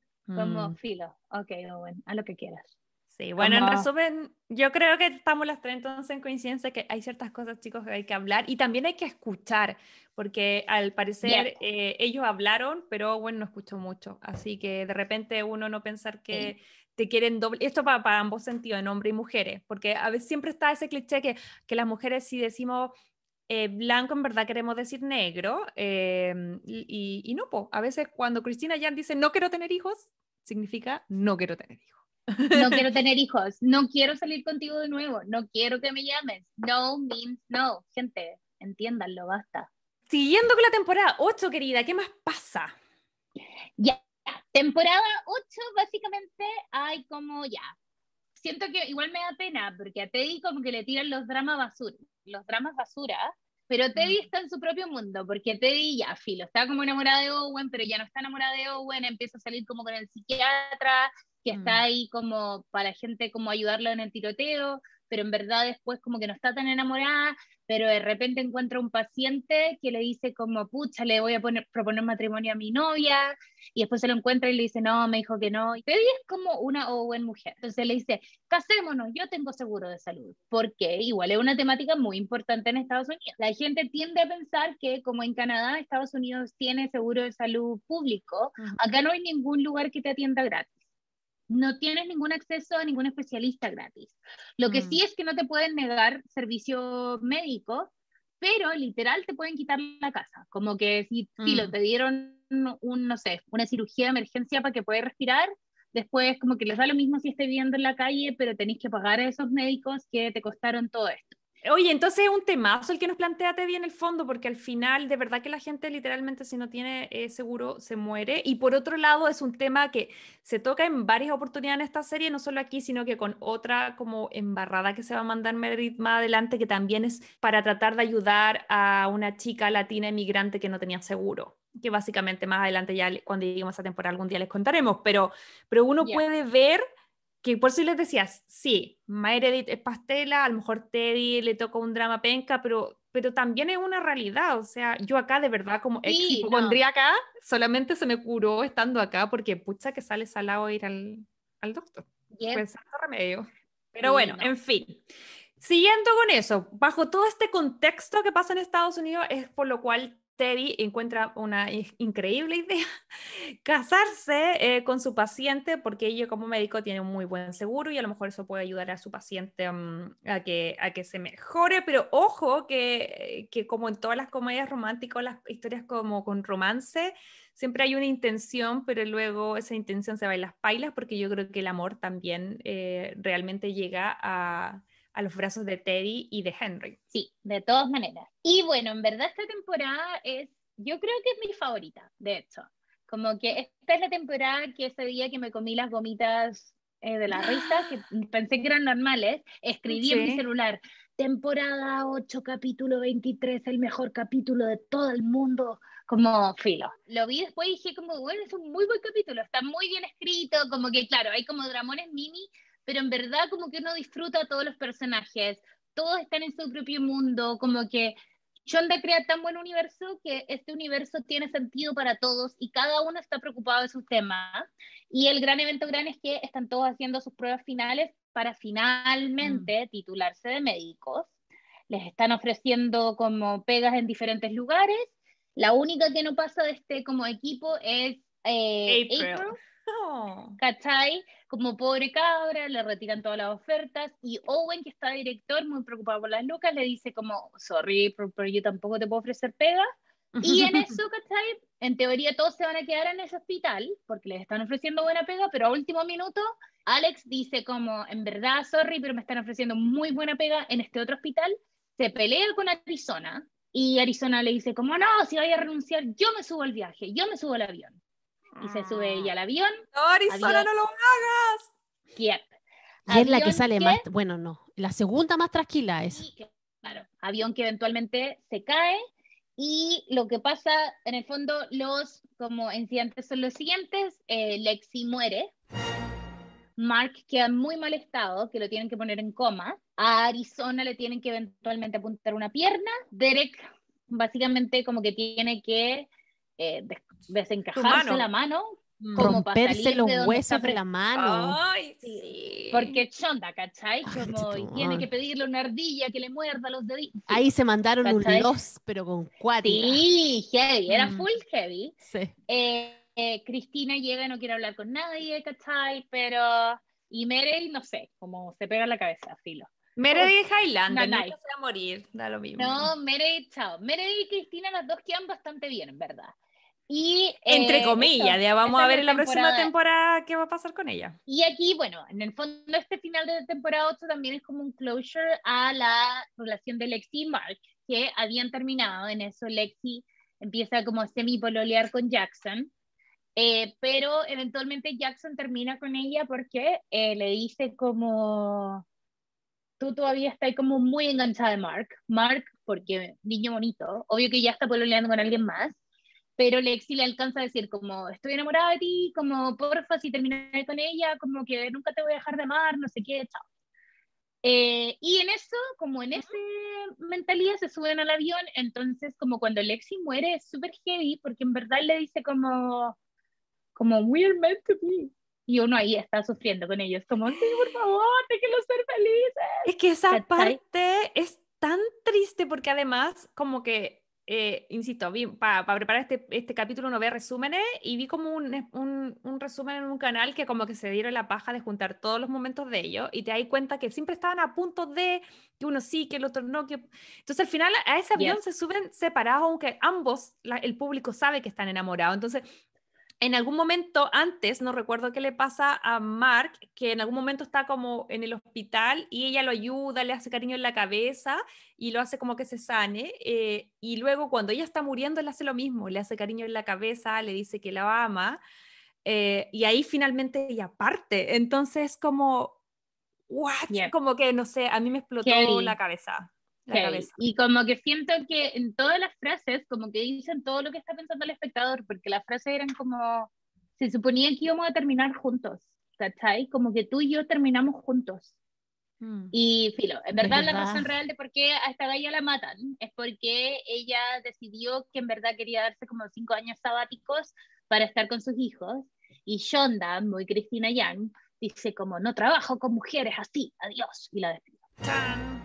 Como Mm, filo, ok, Owen, a lo que quieras. sí, bueno, en Como, resumen, yo creo que estamos las tres entonces en coincidencia que hay ciertas cosas, chicos, que hay que hablar y también hay que escuchar, porque al yep, parecer eh, ellos hablaron, pero bueno, no escuchó mucho, así que de repente uno no pensar sí, que te quieren doble, esto para, para ambos sentidos, en hombres y mujeres, porque a veces siempre está ese cliché que, que las mujeres si decimos eh, blanco en verdad queremos decir negro, eh, y, y no, po. A veces cuando Cristina Yan dice no quiero tener hijos, significa no quiero tener hijos. no quiero tener hijos, no quiero salir contigo de nuevo, no quiero que me llames. No means no. Gente, entiéndanlo, basta. Siguiendo con la temporada ocho, querida, ¿qué más pasa? Ya, temporada ocho básicamente hay como ya. Siento que igual me da pena porque a Teddy como que le tiran los dramas basura, los dramas basura Pero Teddy está en su propio mundo, porque Teddy ya, filo, está como enamorada de Owen, pero ya no está enamorada de Owen, empieza a salir como con el psiquiatra, que Mm. está ahí como para gente como ayudarlo en el tiroteo, pero en verdad después como que no está tan enamorada, pero de repente encuentra un paciente que le dice como, pucha, le voy a poner, proponer matrimonio a mi novia, y después se lo encuentra y le dice, no, me dijo que no. Y Teddy es como una Owen mujer. Entonces le dice, casémonos, yo tengo seguro de salud. Porque igual es una temática muy importante en Estados Unidos. La gente tiende a pensar que como en Canadá, Estados Unidos tiene seguro de salud público, Ujú. acá no hay ningún lugar que te atienda gratis. No tienes ningún acceso a ningún especialista gratis. Lo que Mm. sí es que no te pueden negar servicio médico, pero literal te pueden quitar la casa. Como que si, si lo Mm. te dieron un, no sé, una cirugía de emergencia para que puedas respirar, después como que les da lo mismo si estés viviendo en la calle, pero tenéis que pagar a esos médicos que te costaron todo esto. Oye, entonces es un temazo el que nos plantea Teddy en el fondo, porque al final, de verdad que la gente literalmente si no tiene eh, seguro se muere. Y por otro lado, es un tema que se toca en varias oportunidades en esta serie, no solo aquí, sino que con otra como embarrada que se va a mandar Meredith más adelante, que también es para tratar de ayudar a una chica latina inmigrante que no tenía seguro. Que básicamente más adelante ya le- cuando lleguemos a esa temporada algún día les contaremos, pero, pero uno Ya. puede ver que por si les decías, sí, Meredith es pastela, a lo mejor Teddy le toca un drama penca, pero, pero también es una realidad. O sea, yo acá de verdad como ex Sí, no. hipocondríaca solamente se me curó estando acá porque pucha que sale salado ir al, al doctor. Yep. Fue santo remedio. Pero Sí, bueno, no. en fin. Siguiendo con eso, bajo todo este contexto que pasa en Estados Unidos es por lo cual Teddy encuentra una i- increíble idea, casarse eh, con su paciente porque ella como médico tiene un muy buen seguro y a lo mejor eso puede ayudar a su paciente um, a, que, a que se mejore, pero ojo que, que como en todas las comedias románticas, las historias como con romance, siempre hay una intención, pero luego esa intención se va en las pailas porque yo creo que el amor también eh, realmente llega a a los brazos de Teddy y de Henry. Sí, de todas maneras. Y bueno, en verdad esta temporada es, yo creo que es mi favorita, de hecho. Como que esta es la temporada que ese día que me comí las gomitas eh, de la risa, que pensé que eran normales, escribí en mi Sí. celular, temporada ocho, capítulo veintitrés, el mejor capítulo de todo el mundo, como filo. Lo vi después y dije como, bueno, es un muy buen capítulo, está muy bien escrito, como que claro, hay como dramones mini, pero en verdad como que uno disfruta a todos los personajes, todos están en su propio mundo, como que Shonda crea tan buen universo que este universo tiene sentido para todos y cada uno está preocupado de sus temas. Y el gran evento gran es que están todos haciendo sus pruebas finales para finalmente mm. titularse de médicos. Les están ofreciendo como pegas en diferentes lugares. La única que no pasa de este como equipo es eh, April. April. Oh. ¿Cachai? Como pobre cabra, le retiran todas las ofertas y Owen, que está director, muy preocupado por las lucas, le dice como, sorry, pero, pero yo tampoco te puedo ofrecer pega. Y en eso, ¿cachai? En teoría todos se van a quedar en ese hospital porque les están ofreciendo buena pega, pero a último minuto Alex dice como, en verdad, sorry, pero me están ofreciendo muy buena pega en este otro hospital. Se pelea con Arizona y Arizona le dice como, no, si vaya a renunciar, yo me subo al viaje, yo me subo al avión. Y se sube ella al avión. No, Arizona, avión, no lo hagas. Yep. Y es la que Avión sale que, más, bueno, no, la segunda más tranquila es. y, claro, avión que eventualmente se cae y lo que pasa, en el fondo, los como incidentes son los siguientes. Eh, Lexi muere. Mark queda en muy mal estado, que lo tienen que poner en coma. A Arizona le tienen que eventualmente apuntar una pierna. Derek básicamente como que tiene que eh, des desencajarse mano. la mano, Mm. como para Romperse salir los de donde huesos está de la mano. Ay, sí. sí. Porque Shonda, ¿cachai? Ay, Como y tiene que pedirle una ardilla que le muerda los deditos. Sí. Ahí se mandaron ¿Cachai? un los, pero con cuática. Sí, heavy, era Mm. full heavy. Sí. Eh, eh, Cristina llega y no quiere hablar con nadie, ¿cachai? Pero, y Meryl, no sé, como se pega en la cabeza, filo. Meredith Highlander, Nanay. nunca se va a morir, da lo mismo. No, Meryl, chao. Meryl y Cristina, las dos quedan bastante bien, en verdad. Y, Entre eh, comillas, esto, ya vamos esta a ver es en la próxima temporada. temporada qué va a pasar con ella. Y aquí, bueno, en el fondo este final de temporada ocho también es como un closure a la relación de Lexi y Mark, que habían terminado. En eso Lexi empieza como a semi-pololear con Jackson, eh, pero eventualmente Jackson termina con ella porque eh, le dice como, tú todavía estás como muy enganchada de Mark. Mark, porque niño bonito, obvio que ya está pololeando con alguien más, pero Lexi le alcanza a decir como, estoy enamorada de ti, como, porfa, si terminaré con ella, como que nunca te voy a dejar de amar, no sé qué, chao. Eh, y en eso, como en esa mentalidad, se suben al avión, entonces como cuando Lexi muere es súper heavy, porque en verdad le dice como, como, we're meant to be. Y uno ahí está sufriendo con ellos, como, sí, por favor, déjenlos ser Es felices. que esa ¿Cachai? parte es tan triste porque además, como que, eh, insisto, para preparar este, este capítulo uno ve resúmenes y vi como un, un, un resumen en un canal que como que se dieron la paja de juntar todos los momentos de ellos y te das cuenta que siempre estaban a punto de que uno sí, que el otro no. Que... Entonces al final a ese avión Yes. se suben separados, aunque ambos, la, el público sabe que están enamorados. Entonces... En algún momento antes, no recuerdo qué le pasa a Mark, que en algún momento está como en el hospital y ella lo ayuda, le hace cariño en la cabeza y lo hace como que se sane. Eh, y luego cuando ella está muriendo, le hace lo mismo, le hace cariño en la cabeza, le dice que la ama. Eh, y ahí finalmente ella parte. Entonces, como, ¿what? Yep. Como que, no sé, a mí me explotó Heavy. la cabeza. La Heavy. cabeza. Y como que siento que en todas las frases, como que dicen todo lo que está pensando el espectador, porque las frases eran como, se suponía que íbamos a terminar juntos, ¿cachai? Como que tú y yo terminamos juntos. Mm. Y filo, en verdad, la ¿Verdad? razón real de por qué a esta galla la matan es porque ella decidió que en verdad quería darse como cinco años sabáticos para estar con sus hijos. Y Shonda, muy Cristina Yang, dice como, no trabajo con mujeres así, adiós, y la despide. Chan.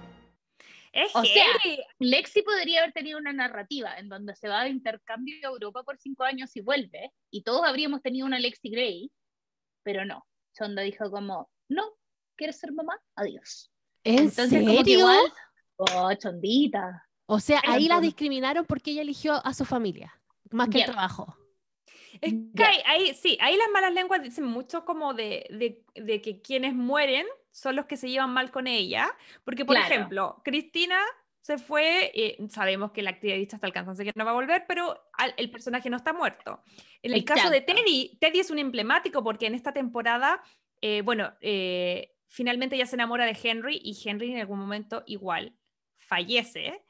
Es O sea, heavy. Lexi podría haber tenido una narrativa en donde se va de intercambio a Europa por cinco años y vuelve, y todos habríamos tenido una Lexi Grey, pero no. Shonda dijo como, no, ¿quieres ser mamá? Adiós. ¿En Entonces, como que serio? igual, oh, chondita. O sea, Bueno, ahí la pues, discriminaron porque ella eligió a su familia, más que el Yep, trabajo. es que yep, ahí, ahí- sí, ahí las malas lenguas dicen mucho como de, de, de que quienes mueren son los que se llevan mal con ella, porque por claro, ejemplo, Cristina se fue, eh, sabemos que la activista hasta el cansancio que no va a volver, pero al- el personaje no está muerto. En el caso de exacto. Teddy, Teddy es un emblemático porque en esta temporada, eh, bueno, eh, finalmente ella se enamora de Henry y Henry en algún momento igual fallece.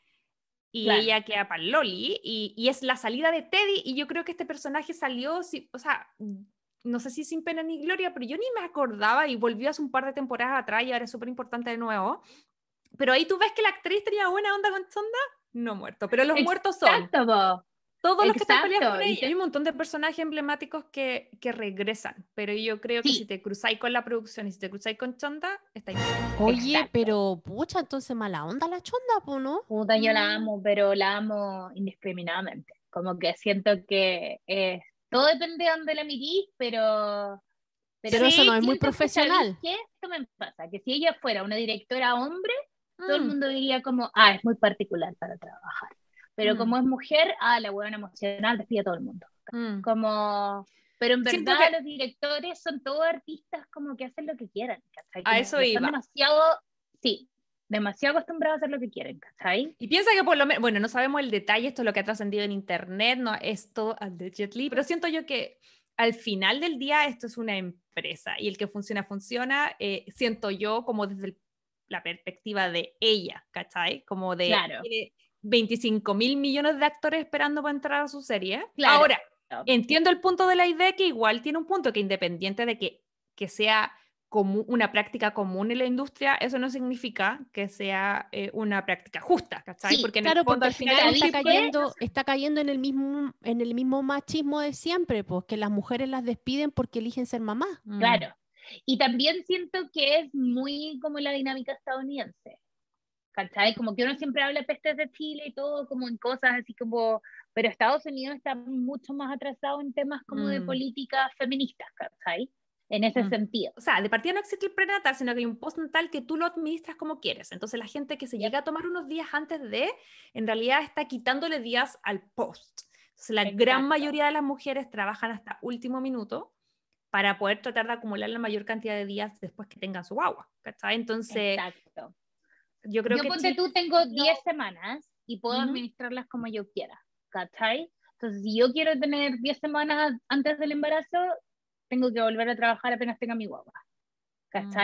Y Claro. ella queda para Loli, y, y es la salida de Teddy, y yo creo que este personaje salió, si, o sea, no sé si sin pena ni gloria, pero yo ni me acordaba y volvió hace un par de temporadas atrás y ahora es súper importante de nuevo. Pero ahí tú ves que la actriz tenía buena onda con Sonda, no muerto, pero los muertos son Exacto, po. todos los que están peleados Exacto. con Y ella. te- Hay un montón de personajes emblemáticos que, que regresan, pero yo creo que si Sí, te cruzáis con la producción y si te cruzáis con Chonda, estáis mal. Oye, exacto. pero pucha, entonces mala onda la chonda, po, ¿no? Puta, yo la Mm. amo, pero la amo indiscriminadamente. Como que siento que eh, todo depende de dónde la mirís, pero, pero Pero eso no Sí. es muy siento que, ¿sabéis profesional. qué? Esto me pasa, que si ella fuera una directora hombre, todo el Mm, mundo diría como, ah, es muy particular para trabajar. Pero mm, como es mujer, ah, la buena emocional despide a todo el mundo. mm. Como, pero en Siento verdad que los directores son todos artistas como que hacen lo que quieran, ¿cachai? a Como eso que están iba. demasiado, sí, demasiado acostumbrados a hacer lo que quieren, ¿cachai? Y piensa que por lo menos, bueno, no sabemos el detalle, esto es lo que ha trascendido en internet, no es todo allegedly, pero siento yo que al final del día esto es una empresa y el que funciona, funciona, eh, siento yo como desde el- la perspectiva de ella, ¿cachai? Como de Claro, tiene veinticinco mil millones de actores esperando para entrar a su serie. claro. Ahora, entiendo el punto de la idea que igual tiene un punto que independiente de que, que sea como una práctica común en la industria, eso no significa que sea eh, una práctica justa, ¿cachai? Sí, Porque en el Claro, fondo porque al al final final está ¿sabéis qué? cayendo, está cayendo en el mismo, en el mismo machismo de siempre, pues que las mujeres las despiden porque eligen ser mamá. Mm, Claro. Y también siento que es muy como la dinámica estadounidense, ¿cachai? Como que uno siempre habla pestes de Chile y todo, como en cosas así como, pero Estados Unidos está mucho más atrasado en temas como de mm, políticas feministas, ¿cachai? En ese mm. sentido. O sea, de partida no existe el prenatal, sino que hay un postnatal que tú lo administras como quieres. Entonces la gente que se Yep, llega a tomar unos días antes de, en realidad está quitándole días al post. Entonces la gran exacto, mayoría de las mujeres trabajan hasta último minuto para poder tratar de acumular la mayor cantidad de días después que tengan su guagua, ¿cachai? Entonces exacto. yo creo Yo que ponte Chile... tú, tengo no- diez semanas y puedo Ujú, administrarlas como yo quiera, ¿cachai? Entonces, si yo quiero tener diez semanas antes del embarazo, tengo que volver a trabajar apenas tenga mi guagua, mm. ¿cachai?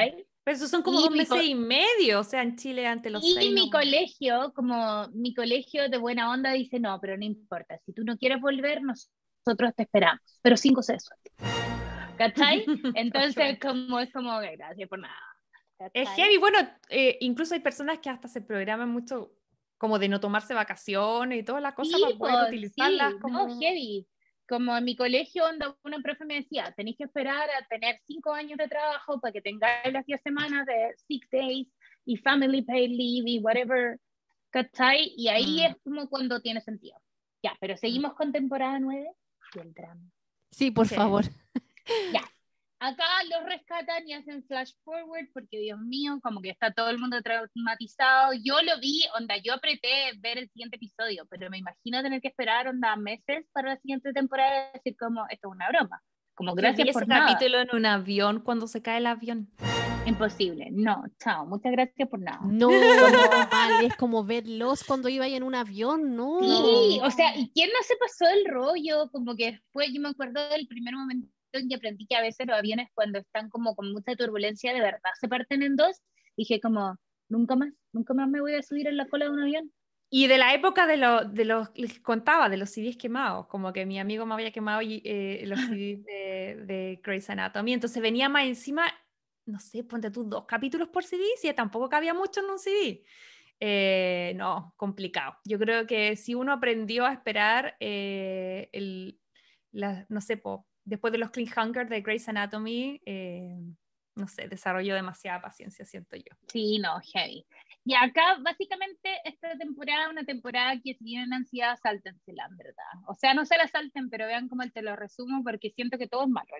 Pero esos son como Y dos mi meses co- y medio, o sea, en Chile ante los Y seis. mi No. colegio, como mi colegio de buena onda dice, no, pero no importa, si tú no quieres volver, nosotros te esperamos, pero sin goce de suerte. ¿Cachai? Entonces, como es como, que gracias por nada. Es ¿Cachai? heavy, bueno, eh, incluso hay personas que hasta se programan mucho como de no tomarse vacaciones y todas las cosas Sí, para poder pues, utilizarlas sí, no, como... heavy. Como en mi colegio, onda, una profe me decía, tenéis que esperar a tener cinco años de trabajo para que tengáis las diez semanas de six days y family paid leave y whatever, ¿cachai? Y ahí Mm, es como cuando tiene sentido. Ya, pero mm. seguimos con temporada nueve y el drama. Sí, por Sí. favor. Ya, acá los rescatan y hacen flash forward porque, Dios mío, como que está todo el mundo traumatizado. Yo lo vi, onda, yo apreté ver el siguiente episodio, pero me imagino tener que esperar, onda, meses para la siguiente temporada y decir como, esto es una broma. Como, Yo gracias vi ese por nada. capítulo en un avión cuando se cae el avión. Imposible. No, chao, muchas gracias por nada. No, Como, mal, es como verlos cuando iba en un avión, no. sí, No. o sea, ¿y quién no se pasó el rollo? Como que después yo me acuerdo del primer momento en que aprendí que a veces los aviones cuando están como con mucha turbulencia de verdad se parten en dos. Dije como, nunca más, nunca más me voy a subir en la cola de un avión. Y de la época de, lo, de los, les contaba, de los C Ds quemados, como que mi amigo me había quemado y, eh, los C Ds de, de Grey's Anatomy, entonces venía más encima, no sé, ponte tú dos capítulos por C D, si tampoco cabía mucho en un C D. Eh, no, complicado. Yo creo que si uno aprendió a esperar, eh, el, la, no sé, po, después de los cliffhangers de Grey's Anatomy, eh, no sé, desarrolló demasiada paciencia, siento yo. Sí, no, heavy. Y acá, básicamente, esta temporada es una temporada que si tienen ansiedad, sáltensela, en verdad. O sea, no se la salten, pero vean cómo te lo resumo, porque siento que todo es malo.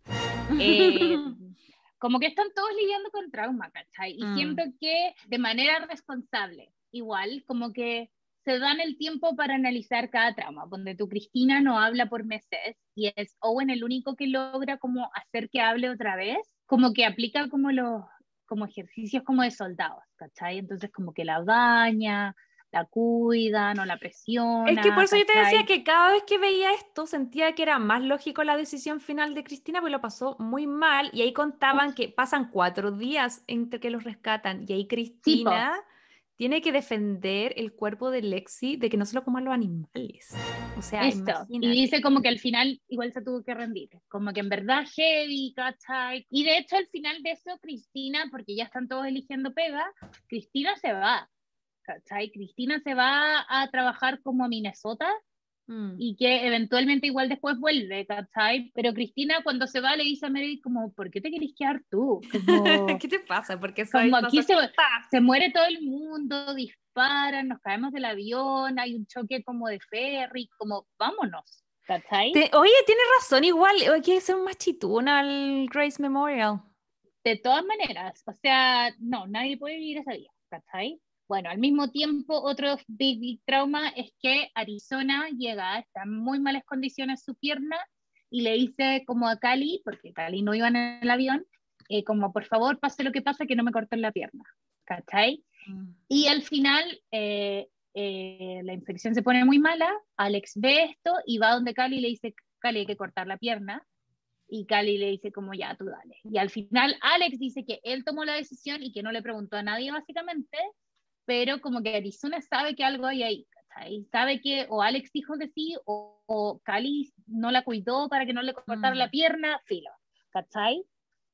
Eh, como que están todos lidiando con trauma, ¿cachai? Y Mm. siento que de manera responsable, igual, como que se dan el tiempo para analizar cada trauma, donde tu Cristina no habla por meses y es Owen el único que logra como hacer que hable otra vez, como que aplica como los como ejercicios como de soldados, ¿cachai? Entonces como que la baña, la cuida, no la presiona, Es que por eso yo te decía ¿cachai? que cada vez que veía esto sentía que era más lógico la decisión final de Cristina, porque lo pasó muy mal y ahí contaban que pasan cuatro días entre que los rescatan y ahí Sí, po. Cristina tiene que defender el cuerpo de Lexi de que no se lo coman los animales. O sea, Esto, y imagínate. dice como que al final igual se tuvo que rendir, como que en verdad heavy, ¿cachai? Y de hecho al final de eso, Cristina, porque ya están todos eligiendo pega, Cristina se va, ¿cachai? Cristina se va a trabajar como a Minnesota Mm. y que eventualmente igual después vuelve, ¿cachai? Pero Cristina cuando se va le dice a Meredith como, ¿por qué te querés quedar tú? Como, ¿Qué te pasa? Porque soy como aquí se, masoquista. se muere todo el mundo, disparan, nos caemos del avión, hay un choque como de ferry, como, vámonos. ¿Cachai? Te- oye, tienes razón, igual hay que hacer un machitún al Grace Memorial. De todas maneras, o sea, no, nadie puede vivir esa vida, ¿cachai? Bueno, al mismo tiempo, otro big, big trauma es que Arizona llega, está en muy malas condiciones su pierna y le dice como a Cali, porque Cali no iba en el avión, eh, como por favor, pase lo que pase, que no me corten la pierna, ¿cachai? Mm. Y al final eh, eh, la infección se pone muy mala, Alex ve esto y va donde Cali y le dice, Cali, hay que cortar la pierna. Y Cali le dice como ya, tú dale. Y al final Alex dice que él tomó la decisión y que no le preguntó a nadie básicamente, pero como que Arizona sabe que algo hay ahí, ¿cachai? Sabe que o Alex dijo que sí o, o Cali no la cuidó para que no le cortara Mm. la pierna, filo, ¿cachai?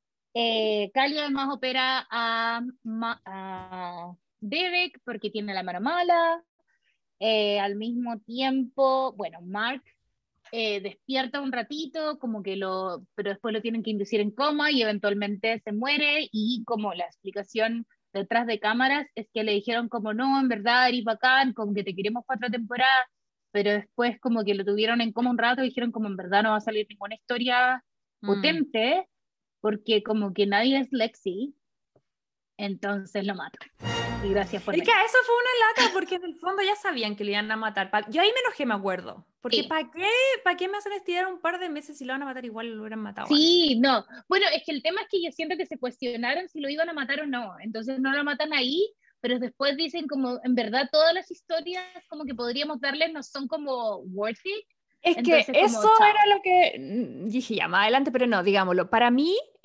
Eh, Cali además opera a, a Derek porque tiene la mano mala. Eh, al mismo tiempo, bueno, Mark eh, despierta un ratito, como que lo, pero después lo tienen que inducir en coma y eventualmente se muere y como la explicación detrás de cámaras es que le dijeron como no, en verdad eres bacán, como que te queremos para otra temporada, pero después como que lo tuvieron en coma un rato y dijeron como en verdad no va a salir ninguna historia Mm. potente porque como que nadie es Lexi, entonces lo mato. Y gracias por Es que venir. a eso fue una lata porque en el fondo ya sabían que le iban a matar. Pa- Yo ahí me enojé, me acuerdo. Porque Sí. ¿para qué, ¿para qué me hacen estirar un par de meses si lo van a matar igual lo hubieran matado antes? Sí, no. Bueno, es que el tema es que yo siento que se cuestionaron si lo iban a matar o no. Entonces no lo matan ahí, pero después dicen como, en verdad todas las historias como que podríamos darles no son como worth it. Es que Entonces como, eso chao. era lo que mm, dije ya más adelante, pero no, digámoslo. Para mí es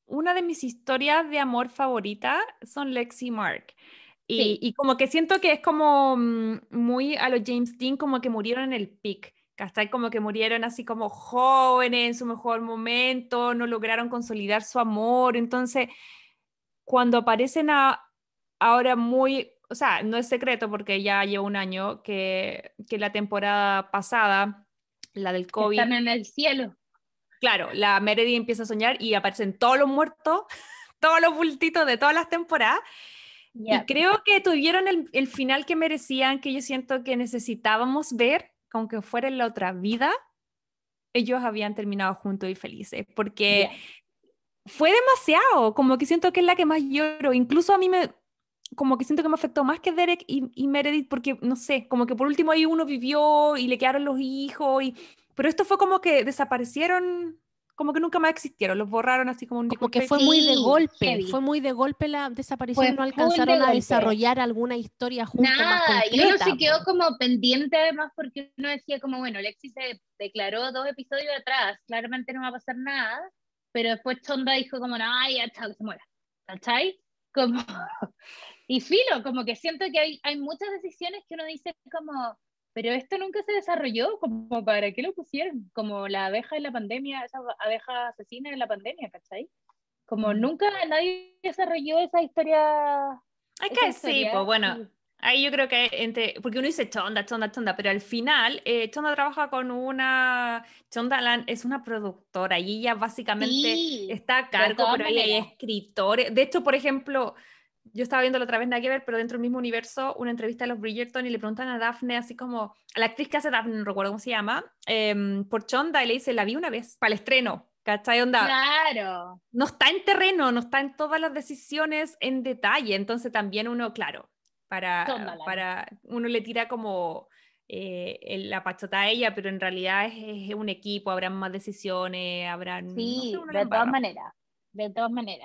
una de mis historias de amor favoritas son Lex y Mark. Y, Sí. y como que siento que es como mm, muy a los James Dean, como que murieron en el pic, ¿cachai? Como que murieron así como jóvenes, en su mejor momento, no lograron consolidar su amor. Entonces, cuando aparecen a, ahora muy, o sea, no es secreto porque ya lleva un año que, que la temporada pasada, la del Que COVID, están en el cielo. claro, la Meredith empieza a soñar y aparecen todos los muertos, todos los bultitos de todas las temporadas. Ya. Y creo que tuvieron el, el final que merecían, que yo siento que necesitábamos ver, aunque fuera en la otra vida, ellos habían terminado juntos y felices, porque Ya. fue demasiado, como que siento que es la que más lloro, incluso a mí me, como que siento que me afectó más que Derek y, y Meredith, porque no sé, como que por último ahí uno vivió y le quedaron los hijos, y, pero esto fue como que desaparecieron, como que nunca más existieron, los borraron así como un Como que disculpe. fue muy de Sí, golpe, heavy. fue muy de golpe la desaparición y Fue no full de alcanzaron a golpe. desarrollar alguna historia junto más Nada, y uno concreta. se quedó po. como pendiente además porque uno decía como, bueno, Lexi se declaró dos episodios atrás, claramente no va a pasar nada, pero después Chonda dijo como, no, ya, chao, que se muera, ¿cachai? Como, y filo, como que siento que hay, hay muchas decisiones que uno dice como, pero esto nunca se desarrolló, como, ¿para qué lo pusieron? Como la abeja en la pandemia, esa abeja asesina en la pandemia, ¿cachai? Como Mm. nunca nadie desarrolló esa historia, Es esa que sí, historia, pues bueno, y ahí yo creo que entre, porque uno dice Chonda, Chonda, Chonda, pero al final eh, Chonda trabaja con una, Chonda Lan es una productora y ella básicamente sí, está a de cargo, todas pero ahí hay maneras. escritores. De hecho, por ejemplo, yo estaba viendo la otra vez, nada que ver, pero dentro del mismo universo, una entrevista a los Bridgerton y le preguntan a Daphne, así como, a la actriz que hace Daphne, no recuerdo cómo se llama, em, por Chonda, y le dice, la vi una vez, para el estreno, ¿cachai? Onda, Claro, no está en terreno, no está en todas las decisiones en detalle, entonces también uno, claro, para, Shondaland. para uno le tira como eh, el- la pachota a ella, pero en realidad es, es un equipo, habrán más decisiones, habrán, no sé, Sí, una la de todas embarra. maneras, de todas maneras.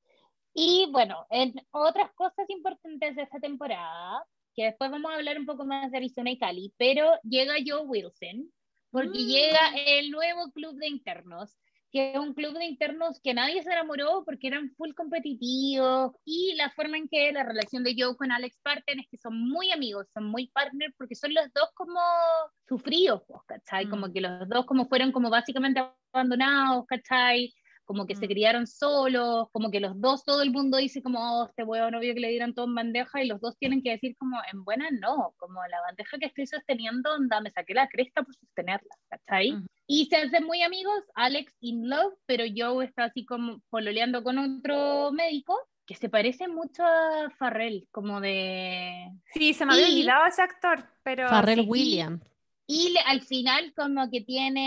Y bueno, en otras cosas importantes de esta temporada, que después vamos a hablar un poco más de Arizona y Cali, pero llega Joe Wilson, porque llega Mm. el nuevo club de internos, que es un club de internos que nadie se enamoró porque eran full competitivos, y la forma en que la relación de Joe con Alex parten es que son muy amigos, son muy partners, porque son los dos como sufridos, pues, ¿cachai? Como Mm. que los dos como fueron como básicamente abandonados, ¿cachai? Como que se Mm. criaron solos, como que los dos, todo el mundo dice como, oh, este huevo novio que le dieron todo en bandeja, y los dos tienen que decir como, en buena no, como la bandeja que estoy sosteniendo, onda, me saqué la cresta por sostenerla, ¿cachai? Mm. Y se hacen muy amigos, Alex in love, pero Joe está así como pololeando con otro médico, que se parece mucho a Farrell, como de... Sí, se me había Y, olvidado ese actor, pero Farrell sí. y Williams. y le- al final como que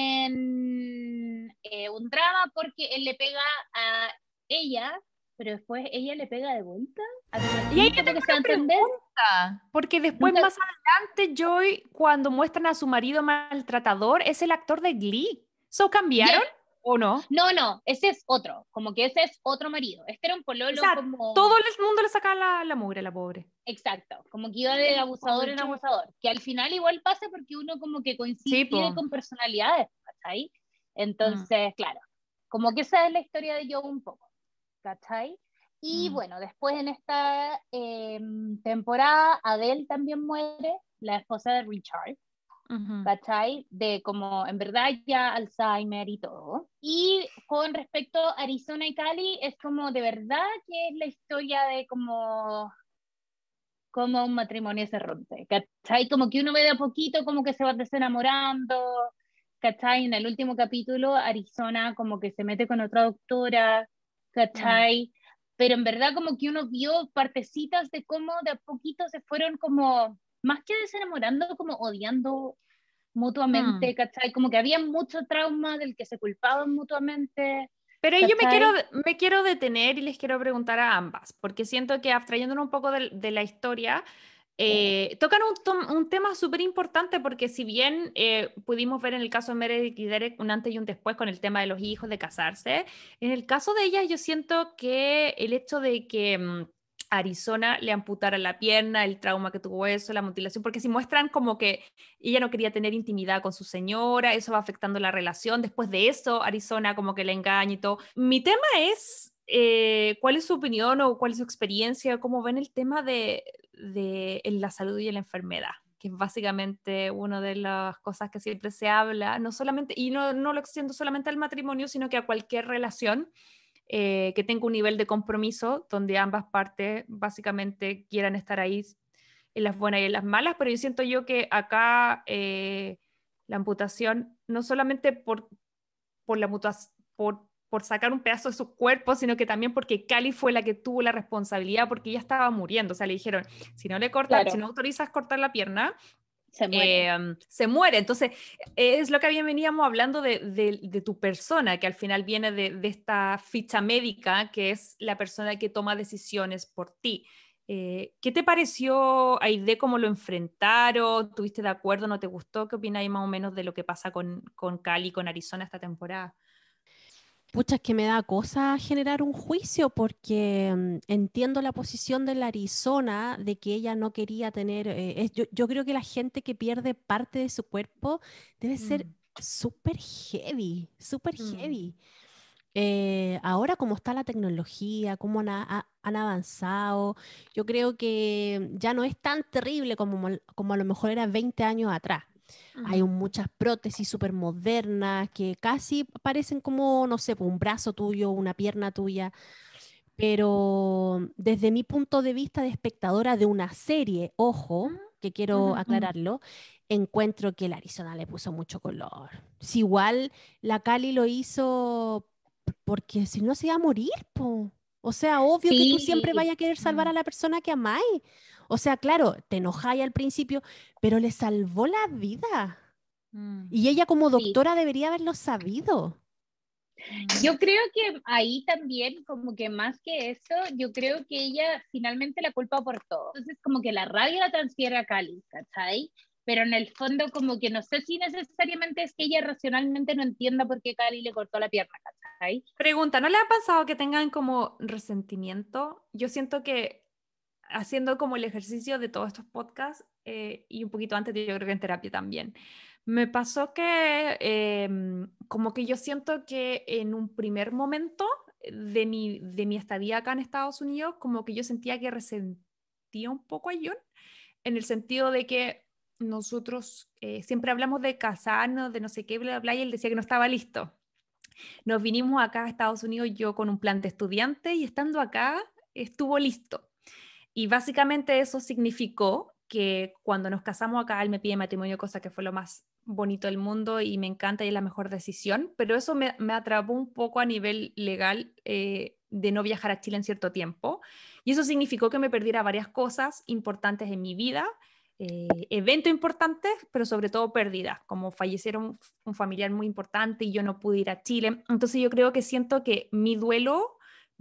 tienen eh, un drama porque él le pega a ella, pero después ella le pega de vuelta. Algo Y ahí así, yo como tengo que se va a una entender. pregunta, porque después Nunca... más adelante Joy, cuando muestran a su marido maltratador, es el actor de Glee. ¿So Ya, cambiaron o no? no, no, ese es otro, como que ese es otro marido. Este era un O pololo sea, todo como... el mundo le saca la, la mugre a la pobre. Exacto, como que iba de abusador Pobre en Joy. abusador, que al final igual pasa porque uno como que Sí, coincide po. con personalidades, ¿cachai? Mm, Entonces, claro, como que esa es la historia de Joe un poco. ¿Cachai? Y mm, bueno, después en esta eh, temporada, Adele también muere, la esposa de Richard, ujú. ¿cachai? De como en verdad ya Alzheimer y todo. Y con respecto a Arizona y Cali, es como de verdad que es la historia de como, como un matrimonio se rompe, ¿cachai? Como que uno ve de a poquito como que se va desenamorando, ¿cachai? En el último capítulo, Arizona como que se mete con otra doctora, Mm. ¿cachai? Pero en verdad como que uno vio partecitas de cómo de a poquito se fueron como, más que desenamorando, como odiando Mm. mutuamente, ¿cachai? Como que había mucho trauma del que se culpaban mutuamente, Pero ahí yo me quiero, ¿cachai? me quiero detener y les quiero preguntar a ambas, porque siento que abstrayéndonos un poco de, de la historia, eh, tocan un, tom- un tema súper importante porque si bien eh, pudimos ver en el caso de Meredith y Derek un antes y un después con el tema de los hijos, de casarse, en el caso de ella yo siento que el hecho de que mm, Arizona le amputara la pierna, el trauma que tuvo eso, la mutilación, porque si muestran como que ella no quería tener intimidad con su señora, eso va afectando la relación, después de eso Arizona como que le engaña y todo. Mi tema es eh, cuál es su opinión o cuál es su experiencia, cómo ven el tema de, de en la salud y en la enfermedad, que es básicamente una de las cosas que siempre se habla, no solamente, y no, no lo extiendo solamente al matrimonio, sino que a cualquier relación eh, que tenga un nivel de compromiso donde ambas partes básicamente quieran estar ahí en las buenas y en las malas, pero yo siento yo que acá eh, la amputación, no solamente por, por la mutación, por, por sacar un pedazo de su cuerpo, sino que también porque Cali fue la que tuvo la responsabilidad porque ella estaba muriendo, o sea, le dijeron, si no le cortas, Claro. si no autorizas cortar la pierna, Se muere. eh, se muere. Entonces, es lo que bien veníamos hablando de, de, de tu persona, que al final viene de, de esta ficha médica, que es la persona que toma decisiones por ti. Eh, ¿Qué te pareció, Aide, cómo lo enfrentaron? ¿Tuviste de acuerdo? ¿No te gustó? ¿Qué opináis más o menos de lo que pasa con, con Cali, con Arizona esta temporada? Pucha, es que me da cosa generar un juicio porque mm, entiendo la posición de la Arizona de que ella no quería tener, eh, es- yo, yo creo que la gente que pierde parte de su cuerpo debe ser Mm, súper heavy, súper mm, heavy. Eh, ahora como está la tecnología, cómo han, a- han avanzado, yo creo que ya no es tan terrible como, mal- como a lo mejor era veinte años atrás. Hay mm, un- muchas prótesis súper modernas que casi parecen como, no sé, pues, un brazo tuyo, una pierna tuya, pero desde mi punto de vista de espectadora de una serie, ojo, que quiero mm, Mm. aclararlo, encuentro que la Arizona le puso mucho color. Si igual la Cali lo hizo p- porque si no se iba a morir, po. O sea, obvio que tú siempre Sí, vayas a querer salvar mm, a la persona que amáis. O sea, claro, te enojáis al principio, pero le salvó la vida. mm, Y ella como sí. doctora debería haberlo sabido. mm, Yo creo que ahí también, como que más que eso, yo creo que ella finalmente la culpa por todo. Entonces, como que la rabia la transfiere a Cali, ¿cachai? Pero en el fondo, como que no sé si necesariamente es que ella racionalmente no entienda por qué Cali le cortó la pierna, ¿cachai? Pregunta, ¿no le ha pasado que tengan como resentimiento? Yo siento que haciendo como el ejercicio de todos estos podcasts eh, y un poquito antes, yo creo que en terapia también, me pasó que eh, como que yo siento que en un primer momento de mi, de mi estadía acá en Estados Unidos, como que yo sentía que resentía un poco a John, en el sentido de que nosotros eh, siempre hablamos de casarnos, de no sé qué, bla, bla, bla, y él decía que no estaba listo. Nos vinimos acá a Estados Unidos yo con un plan de estudiante y estando acá estuvo listo. Y básicamente eso significó que cuando nos casamos acá, él me pide matrimonio, cosa que fue lo más bonito del mundo y me encanta y es la mejor decisión, pero eso me, me atrapó un poco a nivel legal eh, de no viajar a Chile en cierto tiempo. Y eso significó que me perdiera varias cosas importantes en mi vida, eh, eventos importantes, pero sobre todo pérdidas, como fallecieron un familiar muy importante y yo no pude ir a Chile. Entonces yo creo que siento que mi duelo